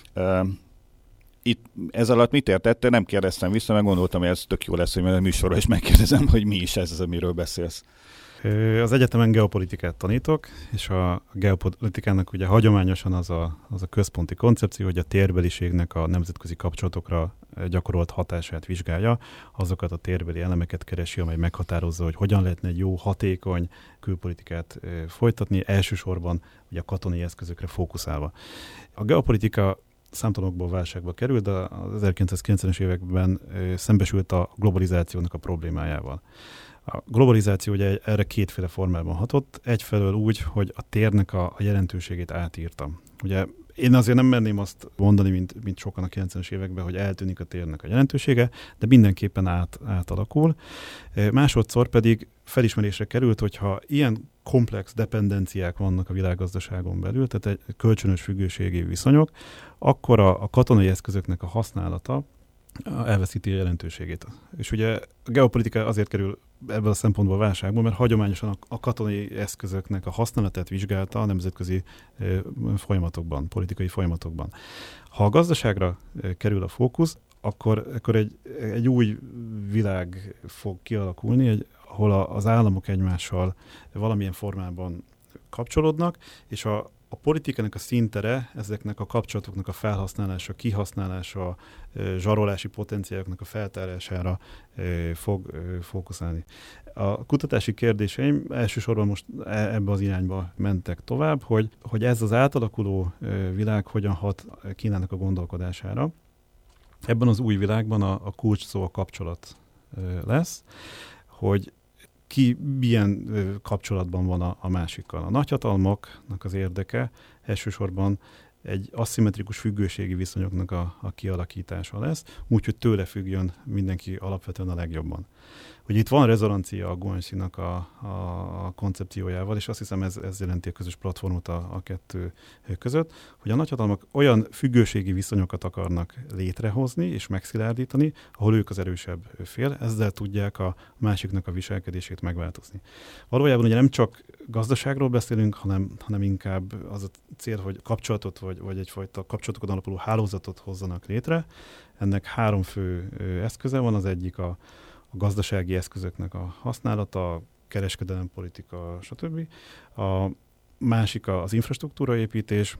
Itt ez alatt mit értette? Nem kérdeztem vissza, meg gondoltam, hogy ez tök jó lesz, hogy a műsorra is megkérdezem, hogy mi is ez, amiről beszélsz.
Az egyetemen geopolitikát tanítok, és a geopolitikának ugye hagyományosan az a, az a központi koncepció, hogy a térbeliségnek a nemzetközi kapcsolatokra gyakorolt hatását vizsgálja, azokat a térbeli elemeket keresi, amely meghatározza, hogy hogyan lehetne egy jó, hatékony külpolitikát folytatni, elsősorban ugye a katonai eszközökre fókuszálva. A geopolitika számtalanokból válságba került, de az ezerkilencszázkilencvenes években szembesült a globalizációnak a problémájával. A globalizáció ugye erre kétféle formában hatott. Egyfelől úgy, hogy a térnek a jelentőségét átírta. Ugye Én azért nem merném azt mondani, mint, mint sokan a kilencvenes években, hogy eltűnik a térnek a jelentősége, de mindenképpen át, átalakul. Másodszor pedig felismerésre került, hogyha ilyen komplex dependenciák vannak a világgazdaságon belül, tehát egy kölcsönös függőségi viszonyok, akkor a, a katonai eszközöknek a használata elveszíti a jelentőségét. És ugye a geopolitika azért kerül ebből a szempontból válságból, mert hagyományosan a katonai eszközöknek a használatát vizsgálta a nemzetközi folyamatokban, politikai folyamatokban. Ha a gazdaságra kerül a fókusz, akkor, akkor egy, egy új világ fog kialakulni, egy, ahol a, az államok egymással valamilyen formában kapcsolódnak, és a A politikának a színtere, ezeknek a kapcsolatoknak a felhasználása, kihasználása, zsarolási potenciáloknak a feltárására fog fókuszálni. A kutatási kérdéseim elsősorban most ebbe az irányba mentek tovább, hogy, hogy ez az átalakuló világ hogyan hat Kínának a gondolkodására. Ebben az új világban a, a kulcs szó a kapcsolat lesz, hogy ki milyen kapcsolatban van a, a másikkal. A nagyhatalmaknak az érdeke elsősorban egy aszimmetrikus függőségi viszonyoknak a, a kialakítása lesz, úgyhogy tőle függjön mindenki alapvetően a legjobban. Hogy itt van rezonancia a Guanxi-nak a, a koncepciójával, és azt hiszem ez, ez jelenti a közös platformot a, a kettő között, hogy a nagyhatalmak olyan függőségi viszonyokat akarnak létrehozni és megszilárdítani, ahol ők az erősebb fél, ezzel tudják a másiknak a viselkedését megváltozni. Valójában ugye nem csak gazdaságról beszélünk, hanem, hanem inkább az a cél, hogy kapcsolatot vagy, vagy egyfajta kapcsolatokon alapuló hálózatot hozzanak létre. Ennek három fő eszköze van, az egyik a a gazdasági eszközöknek a használata, a kereskedelempolitika, stb. A másik az infrastruktúraépítés,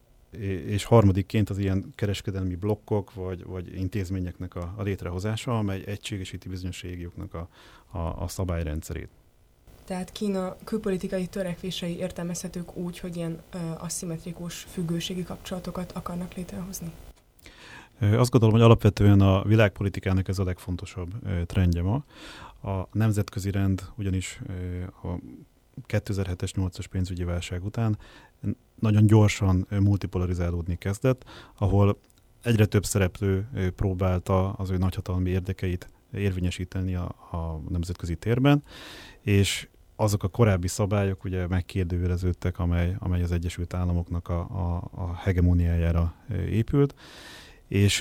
és harmadikként az ilyen kereskedelmi blokkok vagy, vagy intézményeknek a, a létrehozása, amely egységesíti bizonyos régióknak a, a, a szabályrendszerét.
Tehát Kína külpolitikai törekvései értelmezhetők úgy, hogy ilyen ö, aszimmetrikus függőségi kapcsolatokat akarnak létrehozni?
Azt gondolom, hogy alapvetően a világpolitikának ez a legfontosabb trendje ma. A nemzetközi rend ugyanis a kétezer-hetes nyolcas pénzügyi válság után nagyon gyorsan multipolarizálódni kezdett, ahol egyre több szereplő próbálta az ő nagyhatalmi érdekeit érvényesíteni a, a nemzetközi térben, és azok a korábbi szabályok ugye megkérdőjeleződtek, amely, amely az Egyesült Államoknak a, a, a hegemóniájára épült, és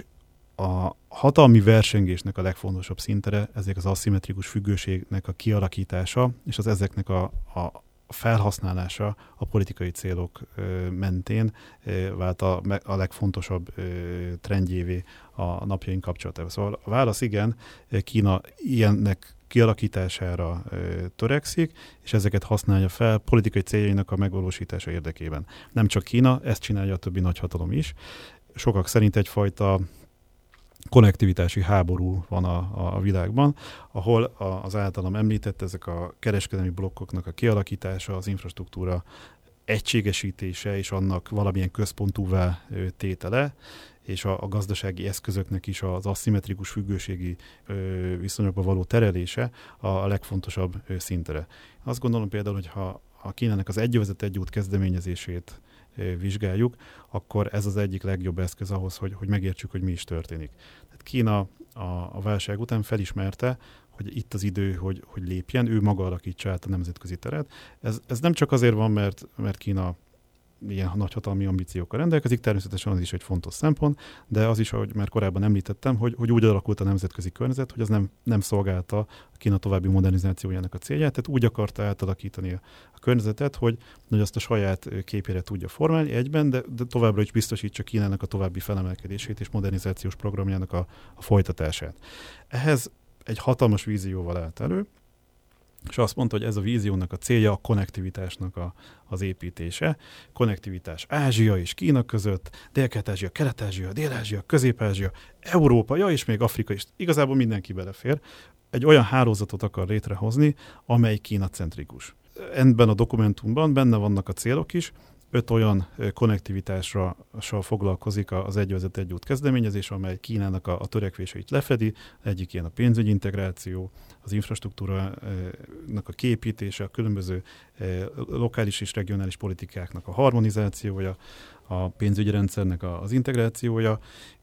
a hatalmi versengésnek a legfontosabb szintere ezek az aszimmetrikus függőségnek a kialakítása, és az ezeknek a, a felhasználása a politikai célok ö, mentén ö, vált a, a legfontosabb ö, trendjévé a napjaink kapcsolatában. Szóval a válasz igen, Kína ilyennek kialakítására ö, törekszik, és ezeket használja fel politikai céljainak a megvalósítása érdekében. Nem csak Kína, ezt csinálja a többi nagyhatalom is. Sokak szerint egyfajta konnektivitási háború van a, a világban, ahol a, az általam említett ezek a kereskedelmi blokkoknak a kialakítása, az infrastruktúra egységesítése és annak valamilyen központúvá tétele, és a, a gazdasági eszközöknek is az aszimmetrikus függőségi ö, viszonyokba való terelése a, a legfontosabb ö, szintere. Azt gondolom például, hogy ha a Kínának az egy övezet egy út kezdeményezését vizsgáljuk, akkor ez az egyik legjobb eszköz ahhoz, hogy, hogy megértsük, hogy mi is történik. Tehát Kína a, a válság után felismerte, hogy itt az idő, hogy, hogy lépjen, ő maga alakítsa át a nemzetközi teret. Ez, ez nem csak azért van, mert, mert Kína ilyen nagyhatalmi ambíciókkal rendelkezik, természetesen az is egy fontos szempont, de az is, ahogy már korábban említettem, hogy, hogy úgy alakult a nemzetközi környezet, hogy az nem, nem szolgálta a Kína további modernizációjának a célját, tehát úgy akarta átalakítani a, a környezetet, hogy, hogy azt a saját képére tudja formálni egyben, de, de továbbra is biztosítsa Kínának a további felemelkedését és modernizációs programjának a, a folytatását. Ehhez egy hatalmas vízióval állt elő, és azt mondta, hogy ez a víziónak a célja a konnektivitásnak a, az építése. Konnektivitás Ázsia és Kína között, Dél-Kelet-Ázsia, Kelet-Ázsia, Dél-Ázsia, Közép-Ázsia, Európa, ja, és még Afrika is. Igazából mindenki belefér. Egy olyan hálózatot akar létrehozni, amely Kína-centrikus. Ebben a dokumentumban benne vannak a célok is, öt olyan konnektivitásra foglalkozik az egy vezet egy út kezdeményezés, amely Kínának a, a törekvéseit lefedi. Egyik ilyen a pénzügyi integráció, az infrastruktúrának a kiépítése, a különböző lokális és regionális politikáknak a harmonizációja, a pénzügyi rendszernek az integrációja,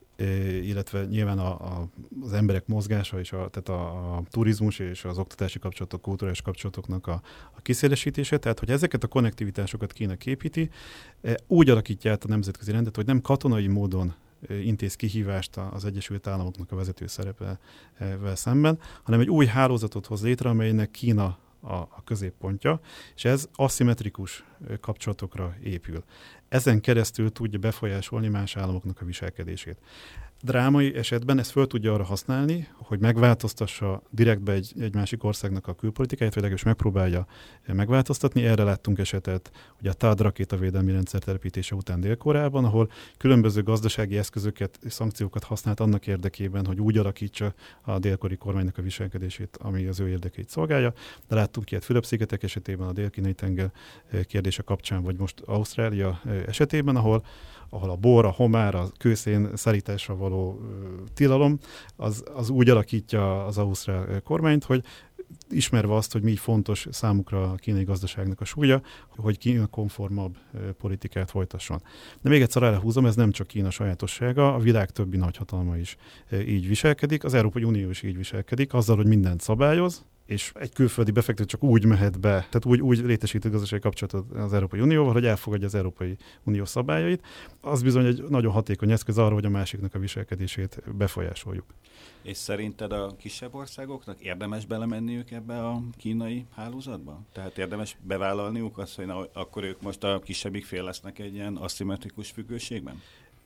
illetve nyilván a, a, az emberek mozgása, és a, tehát a, a turizmus és az oktatási kapcsolatok, kulturális kapcsolatoknak a, a kiszélesítése. Tehát, hogy ezeket a konnektivitásokat Kína képíti, úgy alakítja át a nemzetközi rendet, hogy nem katonai módon intéz kihívást az Egyesült Államoknak a vezető szerepevel szemben, hanem egy új hálózatot hoz létre, amelynek Kína a, a középpontja, és ez aszimmetrikus kapcsolatokra épül. Ezen keresztül tudja befolyásolni más államoknak a viselkedését. Drámai esetben ezt föl tudja arra használni, hogy megváltoztassa direktbe egy, egy másik országnak a külpolitikáját, vagy legalábbis megpróbálja megváltoztatni. Erre láttunk esetet, hogy a THAAD rakétavédelmi rendszer telepítése után Dél-Koreában, ahol különböző gazdasági eszközöket és szankciókat használt annak érdekében, hogy úgy alakítsa a dél-koreai kormánynak a viselkedését, ami az ő érdekeit szolgálja. De láttunk ilyet Fülöp-szigetek esetében, a dél-kínai tenger kérdése kapcsán, vagy most Ausztrália esetében, ahol ahol a bor, a homár, a kőszén szállításra való uh, tilalom, az, az úgy alakítja az ausztrál kormányt, hogy ismerve azt, hogy mi fontos számukra a kínai gazdaságnak a súlya, hogy Kína konformabb uh, politikát folytasson. De még egyszer elhúzom, ez nem csak Kína sajátossága, a világ többi nagyhatalma is uh, így viselkedik, az Európai Unió is így viselkedik, azzal, hogy mindent szabályoz, és egy külföldi befektető csak úgy mehet be, tehát úgy, úgy létesít a gazdasági kapcsolatot az Európai Unióval, hogy elfogadja az Európai Unió szabályait. Az bizony egy nagyon hatékony eszköz arra, hogy a másiknak a viselkedését befolyásoljuk.
És szerinted a kisebb országoknak érdemes belemenniük ebbe a kínai hálózatba? Tehát érdemes bevállalniuk azt, hogy na, akkor ők most a kisebbik fél lesznek egy ilyen aszimmetrikus függőségben?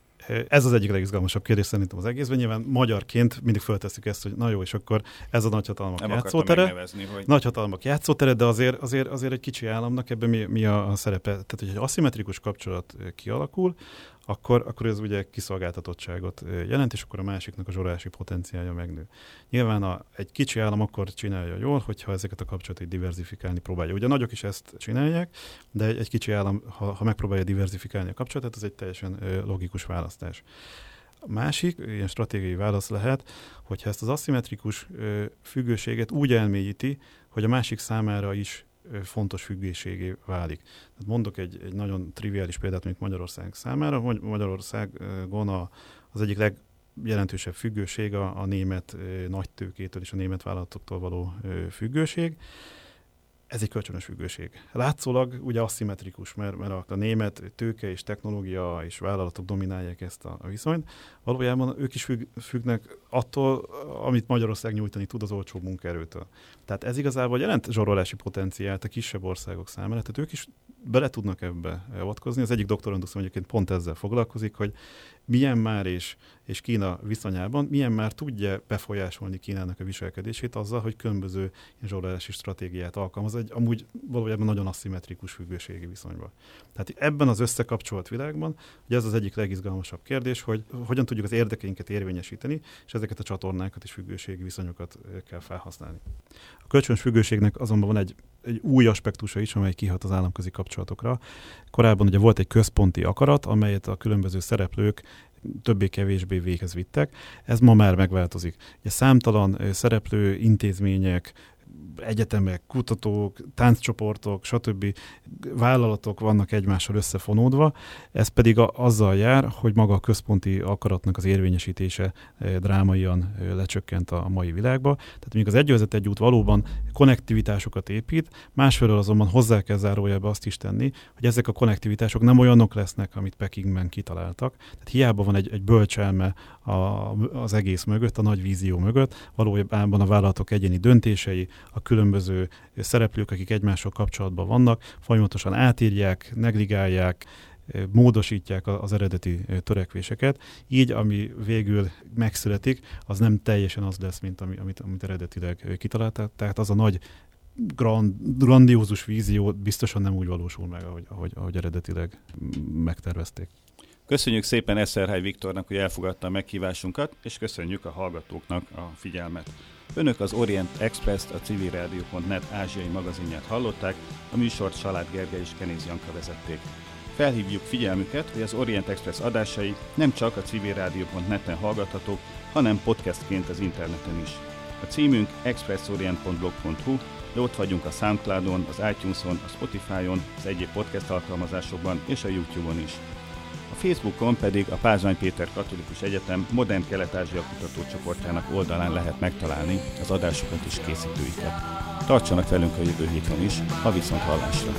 Ez az egyik legizgalmasabb kérdés szerintem az egészben. Nyilván magyarként mindig föltesszük ezt, hogy na jó, és akkor ez a nagyhatalmak
Nem
játszótere.
Hogy...
Nagyhatalmak játszótere, de azért, azért, azért egy kicsi államnak ebben mi, mi a, a szerepe. Tehát, hogy egy aszimmetrikus kapcsolat kialakul, akkor, akkor ez ugye kiszolgáltatottságot jelent, és akkor a másiknak a zsorási potenciálja megnő. Nyilván a, egy kicsi állam akkor csinálja jól, hogyha ezeket a kapcsolatait diverzifikálni próbálja. Ugye a nagyok is ezt csinálják, de egy, egy kicsi állam, ha, ha megpróbálja diverzifikálni a kapcsolatot, ez egy teljesen ö, logikus választás. A másik ilyen stratégiai válasz lehet, hogyha ezt az aszimmetrikus ö, függőséget úgy elmélyíti, hogy a másik számára is fontos függőségé válik. Tehát mondok egy, egy nagyon triviális példát, mint Magyarország számára. Magyarországon a, az egyik legjelentősebb függőség a, a német nagytőkétől és a német vállalatoktól való függőség. Ez egy kölcsönös függőség. Látszólag ugye aszimmetrikus, mert, mert a német tőke és technológia és vállalatok dominálják ezt a, a viszonyt. Valójában ők is függ, függnek attól, amit Magyarország nyújtani tud az olcsó munkaerőtől. Tehát ez igazából jelent zsarolási potenciált a kisebb országok számára, tehát ők is bele tudnak ebbe avatkozni. Az egyik doktoranduszom egyébként pont ezzel foglalkozik, hogy Myanmar és, és Kína viszonyában Myanmar tudja befolyásolni Kínának a viselkedését azzal, hogy különböző zsarolási stratégiát alkalmaz, egy amúgy valójában nagyon aszimmetrikus függőségi viszonyban. Tehát ebben az összekapcsolt világban, ugye ez az egyik legizgalmasabb kérdés, hogy hogyan tudjuk az érdekeinket érvényesíteni, és ezeket a csatornákat és függőségi viszonyokat kell felhasználni. A kölcsönös függőségnek azonban van egy, egy új aspektusa is, amely kihat az államközi kapcsolatokra. Korábban ugye volt egy központi akarat, amelyet a különböző szereplők többé-kevésbé véghez vittek. Ez ma már megváltozik. Ugye számtalan szereplő, intézmények, egyetemek, kutatók, tánccsoportok, stb. Vállalatok vannak egymással összefonódva, ez pedig a, azzal jár, hogy maga a központi akaratnak az érvényesítése e, drámaian e, lecsökkent a, a mai világba. Tehát még az egy vezet egy út valóban konnektivitásokat épít, másfelől azonban hozzá kell zárójelbe azt is tenni, hogy ezek a konnektivitások nem olyanok lesznek, amit Pekingben kitaláltak. Tehát hiába van egy, egy bölcselme a, az egész mögött, a nagy vízió mögött, valójában a vállalatok egyéni döntései, a különböző szereplők, akik egymással kapcsolatban vannak, folyamatosan átírják, negligálják, módosítják az eredeti törekvéseket. Így, ami végül megszületik, az nem teljesen az lesz, mint ami, amit, amit eredetileg kitalálták. Tehát az a nagy grand, grandiózus vízió biztosan nem úgy valósul meg, ahogy, ahogy, ahogy eredetileg megtervezték.
Köszönjük szépen Eszterhály Viktornak, hogy elfogadta a meghívásunkat, és köszönjük a hallgatóknak a figyelmet. Önök az Orient Express-t, a civilradio pont net ázsiai magazinját hallották, a műsort Salád Gergely és Kenéz Janka vezették. Felhívjuk figyelmüket, hogy az Orient Express adásai nem csak a civil rádió pont net-en hallgathatók, hanem podcastként az interneten is. A címünk expressorient pont blog pont hu, de ott vagyunk a Soundcloudon, az iTunes-on, a Spotify-on, az egyéb podcast alkalmazásokban és a YouTube-on is. A Facebookon pedig a Pázmány Péter Katolikus Egyetem Modern Kelet-Ázsia kutatócsoportjának oldalán lehet megtalálni az adásokat és készítőiket. Tartsanak velünk a jövő héten is, a viszonthallásra!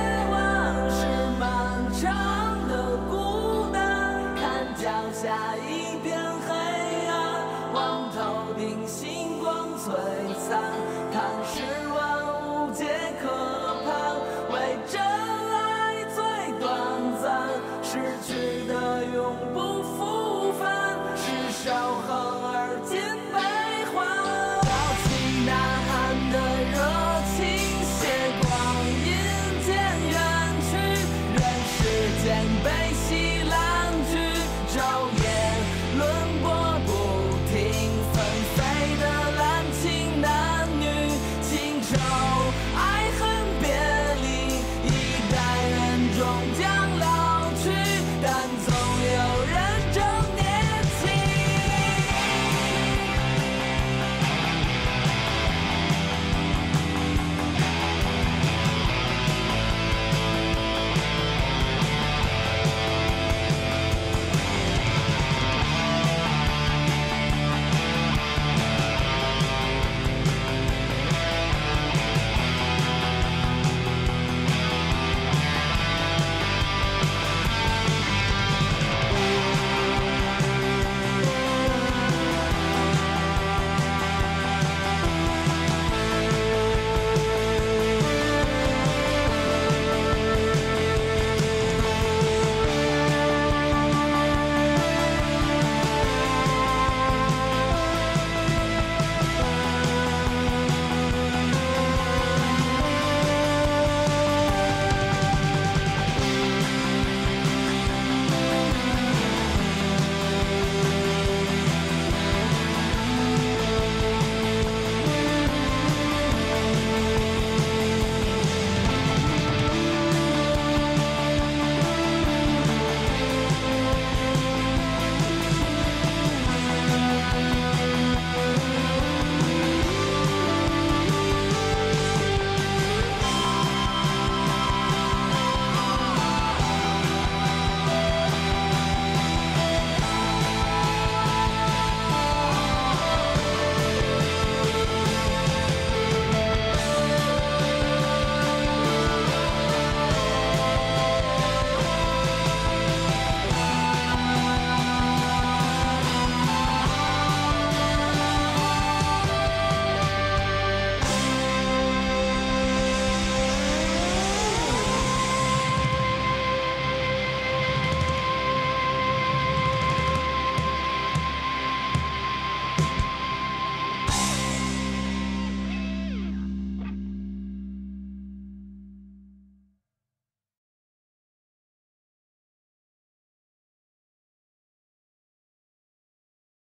下一